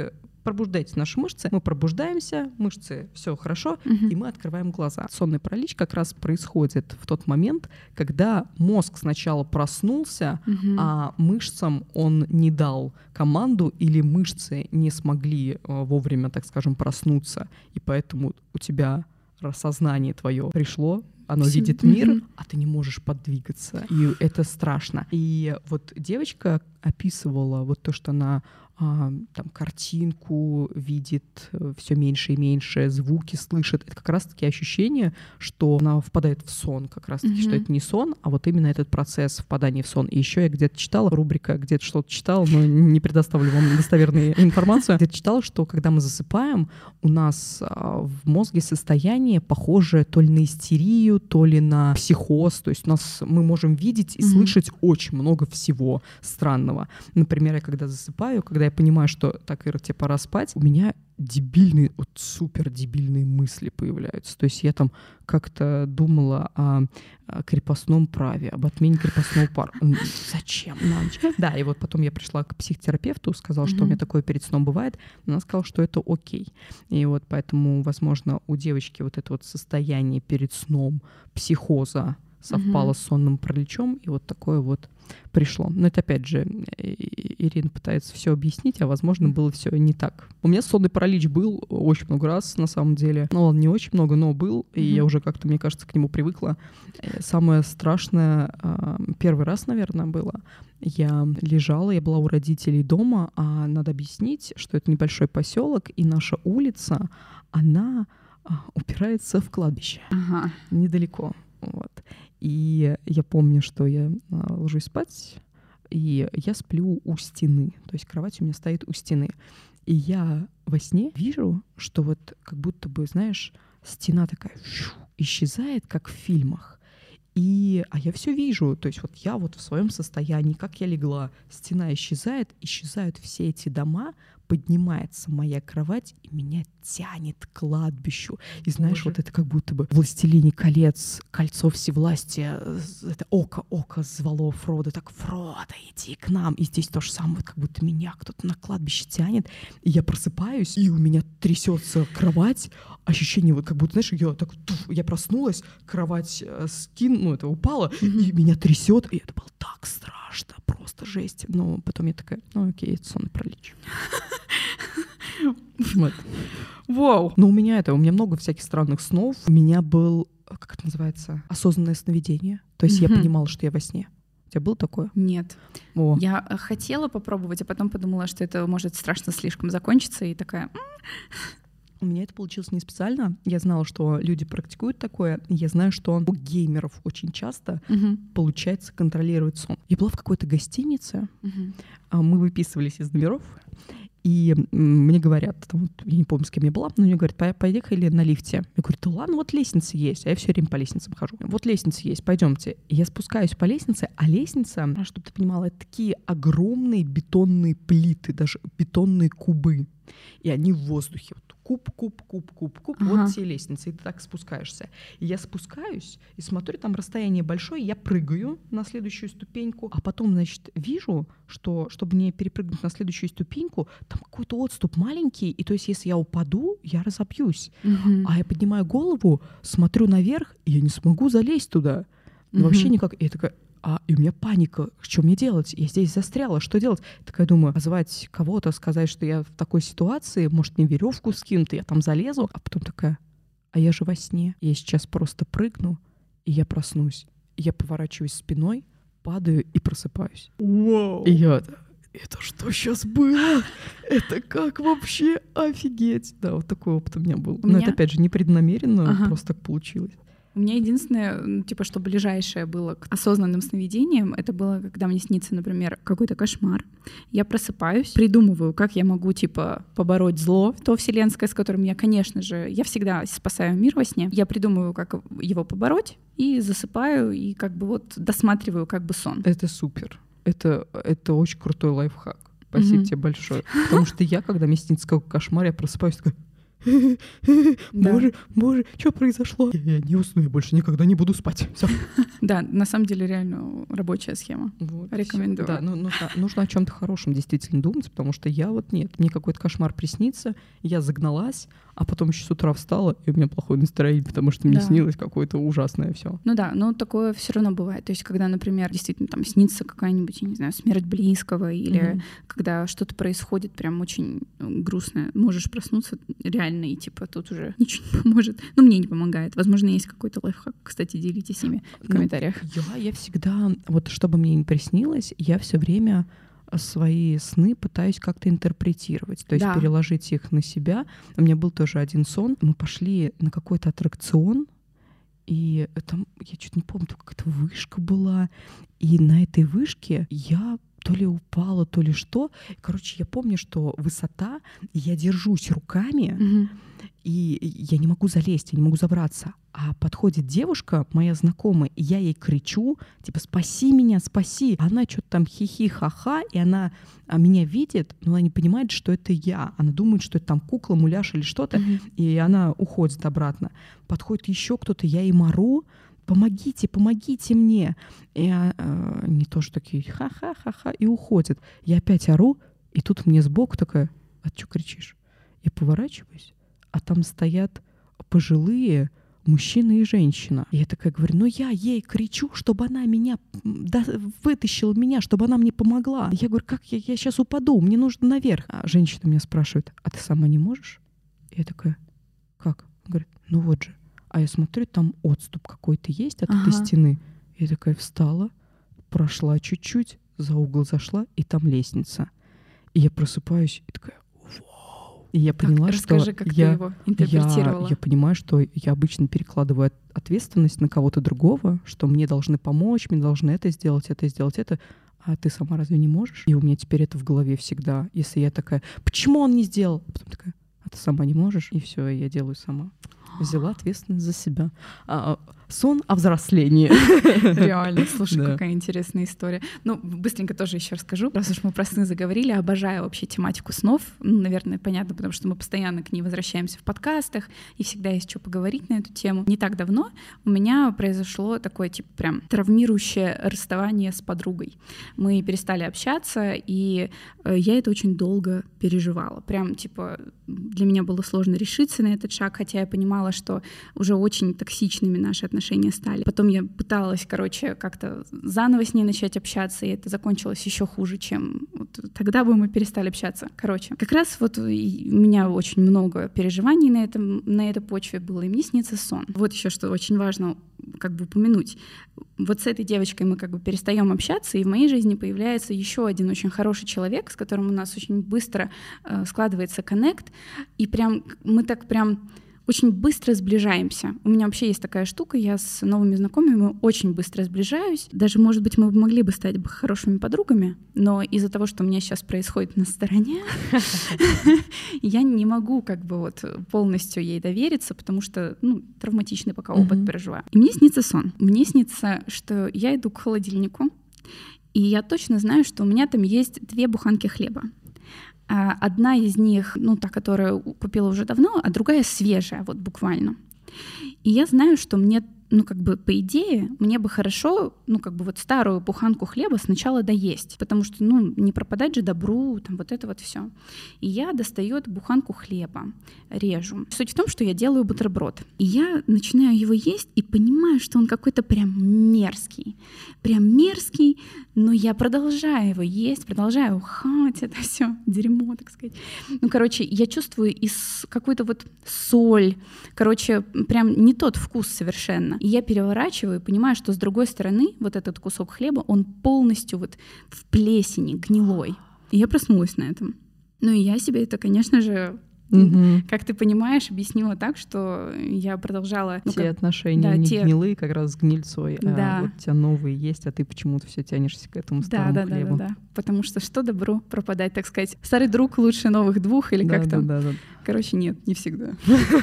пробуждайте наши мышцы. Мы пробуждаемся, мышцы, все хорошо, Мгм. и мы открываем глаза. Сонный паралич как раз происходит в тот момент, когда мозг сначала проснулся, Мгм. а мышцам он не дал команду, или мышцы не смогли э, вовремя, так скажем, проснуться, и поэтому у тебя сознание твое пришло, оно Всё. видит мир, Мгм. а ты не можешь подвигаться. И это страшно. И вот девочка описывала вот то, что она а, там картинку видит все меньше и меньше, звуки слышит. Это как раз-таки ощущение, что она впадает в сон, как раз-таки, Мгм. что это не сон, а вот именно этот процесс впадания в сон. И еще я где-то читала, рубрика «Где-то что-то читала», но не предоставлю вам достоверную информацию. Где-то читала, что когда мы засыпаем, у нас а, в мозге состояние похожее то ли на истерию, то ли на психоз. То есть у нас мы можем видеть и Мгм. слышать очень много всего странного. Например, я когда засыпаю, когда я понимаю, что так, Ира, тебе пора спать, у меня дебильные, вот супер дебильные мысли появляются. То есть я там как-то думала о, о крепостном праве, об отмене крепостного права. Зачем на ночь? Да, и вот потом я пришла к психотерапевту, сказала, что у меня Мгм. такое перед сном бывает. Она сказала, что это окей. И вот поэтому, возможно, у девочки вот это вот состояние перед сном психоза совпало Мгм. с сонным параличом, и вот такое вот пришло. Но это опять же И- Ирина пытается все объяснить, а возможно было все не так. У меня сонный паралич был очень много раз на самом деле. Ну ладно, не очень много, но был, и Мгм. я уже как-то, мне кажется, к нему привыкла. Э, Самое страшное а, первый раз, наверное, было. Я лежала, я была у родителей дома, а надо объяснить, что это небольшой поселок, и наша улица, она а, упирается в кладбище Ага. недалеко. Вот. И я помню, что я а, ложусь спать, и я сплю у стены. То есть кровать у меня стоит у стены. И я во сне вижу, что вот как будто бы, знаешь, стена такая фью, исчезает, как в фильмах. И, а я все вижу, то есть вот я вот в своем состоянии, как я легла, стена исчезает, исчезают все эти дома, поднимается моя кровать, и меня тянет к кладбищу. И знаешь, Боже. вот это как будто бы «Властелине колец», «Кольцо всевластия», это око, око звало Фрода, так: «Фродо, иди к нам». И здесь то же самое, вот как будто меня кто-то на кладбище тянет, и я просыпаюсь, и у меня трясется кровать, ощущение вот как будто, знаешь, я так, туф, я проснулась, кровать э, скин, ну это упала, Мгм. и меня трясет, и это было так страшно, просто жесть. Но потом я такая: ну окей, это сонный паралич. Вот. Вау. Но у меня это, у меня много всяких странных снов. У меня был, как это называется, осознанное сновидение. То есть я Мгм. понимала, что я во сне. У тебя было такое? Нет. О. Я э, хотела попробовать, а потом подумала, что это может страшно слишком закончиться, и такая... «М, У меня это получилось не специально. Я знала, что люди практикуют такое. И я знаю, что у геймеров очень часто мгм, получается контролировать сон. Я была в какой-то гостинице, мгм, а мы выписывались из номеров, и м, мне говорят, там, вот, я не помню, с кем я была, но мне говорят: «По- поехали на лифте». Я говорю: да ладно, вот лестница есть, а я все время по лестницам хожу. Вот лестница есть, пойдемте. И я спускаюсь по лестнице, а лестница, чтобы ты понимала, это такие огромные бетонные плиты, даже бетонные кубы. И они в воздухе. Вот куб, куб, куб, куб, куб. Ага. Вот все лестницы, и ты так спускаешься. И я спускаюсь и смотрю, там расстояние большое, я прыгаю на следующую ступеньку, а потом, значит, вижу, что, чтобы мне перепрыгнуть на следующую ступеньку, там какой-то отступ маленький, и то есть если я упаду, я разобьюсь. мгм, А я поднимаю голову, смотрю наверх, и я не смогу залезть туда. Ну, мгм. вообще никак. И я такая: а, и у меня паника, что мне делать? Я здесь застряла, что делать? Такая думаю, позвать кого-то, сказать, что я в такой ситуации, может, мне веревку скинут, и я там залезу. А потом такая: а я же во сне. Я сейчас просто прыгну, и я проснусь. И я поворачиваюсь спиной, падаю и просыпаюсь. Вау. И я: это что сейчас было? Это как вообще офигеть? Да, вот такой опыт у меня был. У Но меня- это, опять же, непреднамеренно, Ага. просто так получилось. У меня единственное, ну, типа, что ближайшее было к осознанным сновидениям, это было, когда мне снится, например, какой-то кошмар. Я просыпаюсь, придумываю, как я могу, типа, побороть зло, то вселенское, с которым я, конечно же, я всегда спасаю мир во сне. Я придумываю, как его побороть, и засыпаю, и как бы вот досматриваю как бы сон. Это супер. Это, это очень крутой лайфхак. Спасибо Мгм. тебе большое. Потому что я, когда мне снится какой кошмар, я просыпаюсь такая: Боже, боже, что произошло? Я не усну, я больше никогда не буду спать. Всё. Да, на самом деле реально рабочая схема. Вот, Рекомендую. Да, ну, нужно, нужно о чем-то хорошем действительно думать, потому что я вот нет, мне какой-то кошмар приснится, я загналась, а потом еще с утра встала, и у меня плохое настроение, потому что мне Да. снилось какое-то ужасное все. Ну да, но такое все равно бывает. То есть, когда, например, действительно там снится какая-нибудь, я не знаю, смерть близкого, или Мгм. когда что-то происходит прям очень грустное, можешь проснуться реально, и типа тут уже ничего не поможет. Ну, мне не помогает. Возможно, есть какой-то лайфхак. Кстати, делитесь ими в Ну, комментариях. Я, я всегда, вот чтобы мне не приснилось, я все время свои сны пытаюсь как-то интерпретировать, то есть Да. переложить их на себя. У меня был тоже один сон. Мы пошли на какой-то аттракцион, и там, я чуть не помню, там какая-то вышка была, и на этой вышке я то ли упала, то ли что. Короче, я помню, что высота, и я держусь руками, Мгм. и я не могу залезть, я не могу забраться. А подходит девушка, моя знакомая, и я ей кричу, типа, спаси меня, спаси. Она что-то там хихи-ха-ха, и она а, меня видит, но она не понимает, что это я. Она думает, что это там кукла, муляж или что-то, Мгм. и она уходит обратно. Подходит еще кто-то, я ей ору, помогите, помогите мне. И а, а, не то, что такие ха-ха-ха-ха, и уходит. Я опять ору, и тут мне сбоку такая, а ты что кричишь? Я поворачиваюсь, а там стоят пожилые мужчина и женщина. И я такая говорю, ну я ей кричу, чтобы она меня да, вытащила меня, чтобы она мне помогла. Я говорю, как я, я сейчас упаду, мне нужно наверх. А женщина меня спрашивает, а ты сама не можешь? И я такая, как? Она говорит, ну вот же. А я смотрю, там отступ какой-то есть от Ага. этой стены. Я такая встала, прошла чуть-чуть, за угол зашла, и там лестница. И я просыпаюсь, и такая, вау. И я поняла, Так, что расскажи, как я, ты его интерпретировала. я, я понимаю, что я обычно перекладываю от- ответственность на кого-то другого, что мне должны помочь, мне должны это сделать, это сделать, это. А ты сама разве не можешь? И у меня теперь это в голове всегда. Если я такая, почему он не сделал? А потом такая, а ты сама не можешь? И все, я делаю сама. Взяла ответственность за себя. А, сон о взрослении. Реально, слушай, Да. какая интересная история. Ну, быстренько тоже еще расскажу. Раз уж мы про сны заговорили, обожаю вообще тематику снов. Ну, наверное, понятно, потому что мы постоянно к ней возвращаемся в подкастах, и всегда есть что поговорить на эту тему. Не так давно у меня произошло такое, типа, прям травмирующее расставание с подругой. Мы перестали общаться, и э, я это очень долго переживала. Прям, типа, для меня было сложно решиться на этот шаг, хотя я понимала, что уже очень токсичными наши отношения стали. Потом я пыталась, короче, как-то заново с ней начать общаться, и это закончилось еще хуже, чем вот тогда бы мы перестали общаться. Короче, как раз вот и у меня очень много переживаний на, этом, на этой почве было, и мне снится сон. Вот еще что очень важно как бы упомянуть. Вот с этой девочкой мы как бы перестаем общаться, и в моей жизни появляется еще один очень хороший человек, с которым у нас очень быстро э, складывается коннект, и прям мы так прям очень быстро сближаемся. У меня вообще есть такая штука, я с новыми знакомыми очень быстро сближаюсь. Даже, может быть, мы могли бы стать хорошими подругами, но из-за того, что у меня сейчас происходит на стороне, я не могу как бы вот полностью ей довериться, потому что, ну, травматичный пока опыт переживаю. И мне снится сон. Мне снится, что я иду к холодильнику, и я точно знаю, что у меня там есть две буханки хлеба. Одна из них, ну, та, которую купила уже давно, а другая свежая, вот буквально. И я знаю, что мне, ну, как бы, по идее, мне бы хорошо, ну, как бы, вот старую буханку хлеба сначала доесть, потому что, ну, не пропадать же добру, там, вот это вот все. И я достаю эту буханку хлеба, режу. Суть в том, что я делаю бутерброд. И я начинаю его есть и понимаю, что он какой-то прям мерзкий. Прям мерзкий, но я продолжаю его есть, продолжаю ухать это все дерьмо, так сказать. Ну, короче, я чувствую из какую-то вот соль, короче, прям не тот вкус совершенно. И я переворачиваю и понимаю, что с другой стороны вот этот кусок хлеба, он полностью вот в плесени, гнилой. И я проснулась на этом. Ну и я себе это, конечно же, Мгм. как ты понимаешь, объяснила так, что я продолжала... ну, Те как- отношения да, не те- гнилые, как раз с гнильцой, Да. а вот у тебя новые есть, а ты почему-то все тянешься к этому Да, старому да, да, хлебу. да, да. Потому что что добру пропадать, так сказать. Старый друг лучше новых двух, или Да, как да, там. да, да. Короче, нет, не всегда.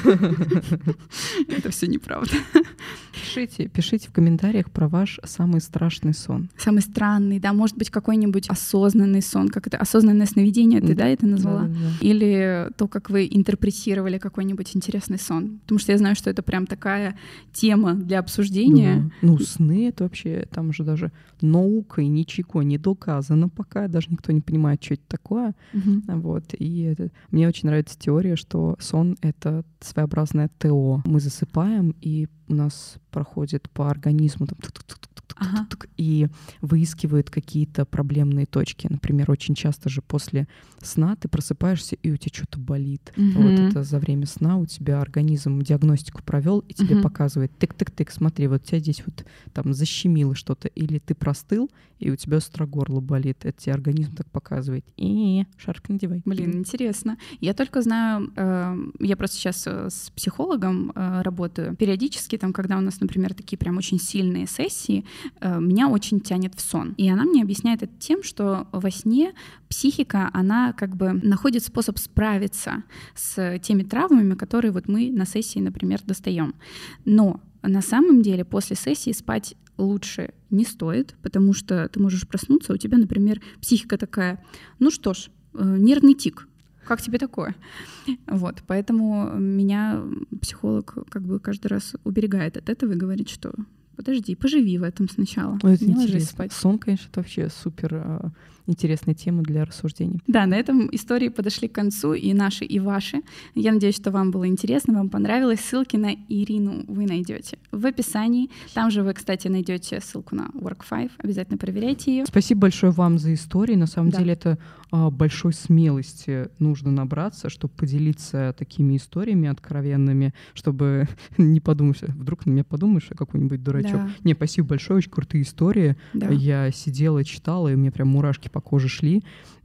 Это все неправда. Пишите, пишите в комментариях про ваш самый страшный сон. Самый странный, да, может быть, какой-нибудь осознанный сон, как это, осознанное сновидение, ты, да, это назвала? Да, да, да. Или то, как вы интерпретировали какой-нибудь интересный сон. Потому что я знаю, что это прям такая тема для обсуждения. Ну, ну сны — это вообще, там же даже наукой ничего не доказано пока, даже никто не понимает, что это такое. Угу. Вот, и это, мне очень нравится теория, что сон — это своеобразное ТО. Мы засыпаем, и у нас проходит по организму там, ага. и выискивают какие-то проблемные точки. Например, очень часто же после сна ты просыпаешься, и у тебя что-то болит. Угу. Вот это за время сна у тебя организм диагностику провел и тебе угу. показывает: тык-тык-тык, смотри, вот тебя здесь вот там защемило что-то, или ты простыл, и у тебя остро горло болит. Это тебе организм так показывает. И шарф надевай. Блин, интересно. Я только знаю, э, я просто сейчас с психологом э, работаю. Периодически, там, когда у нас, например, такие прям очень сильные сессии, э, меня очень тянет в сон. И она мне объясняет это тем, что во сне психика, она как бы находит способ справиться с теми травмами, которые вот мы на сессии, например, достаем. Но на самом деле после сессии спать лучше не стоит, потому что ты можешь проснуться, у тебя, например, психика такая: ну что ж, э, нервный тик. Как тебе такое? Вот, поэтому меня психолог как бы каждый раз уберегает от этого и говорит, что подожди, поживи в этом сначала. Ну, это не ложись интересно. спать. Сон, конечно, это вообще супер э, интересная тема для рассуждений. Да, на этом истории подошли к концу, и наши, и ваши. Я надеюсь, что вам было интересно, вам понравилось. Ссылки на Ирину вы найдете в описании. Там же вы, кстати, найдете ссылку на Work пять. Обязательно проверяйте ее. Спасибо большое вам за истории. На самом Да. деле это а, большой смелости нужно набраться, чтобы поделиться такими историями откровенными, чтобы не подумать, вдруг на меня подумаешь, а какой-нибудь дурачок. Да. Не, спасибо большое, очень крутые истории. Да. Я сидела, читала, и у меня прям мурашки по коже шли,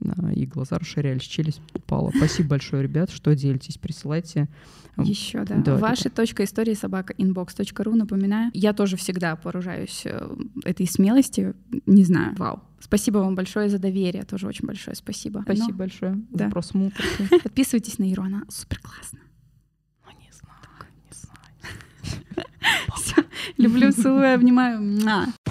и глаза расширялись, челюсть упала. Спасибо большое, ребят, что делитесь, присылайте. Еще, да. Да, Ваша это... точка истории собака inbox точка ру, напоминаю. Я тоже всегда поражаюсь этой смелости. Не знаю, вау. Спасибо вам большое за доверие, тоже очень большое спасибо. Спасибо Но... большое да. за просмотр. Подписывайтесь на Иру, она супер классно. Ну, не знаю, не знаю. Люблю, целую, обнимаю.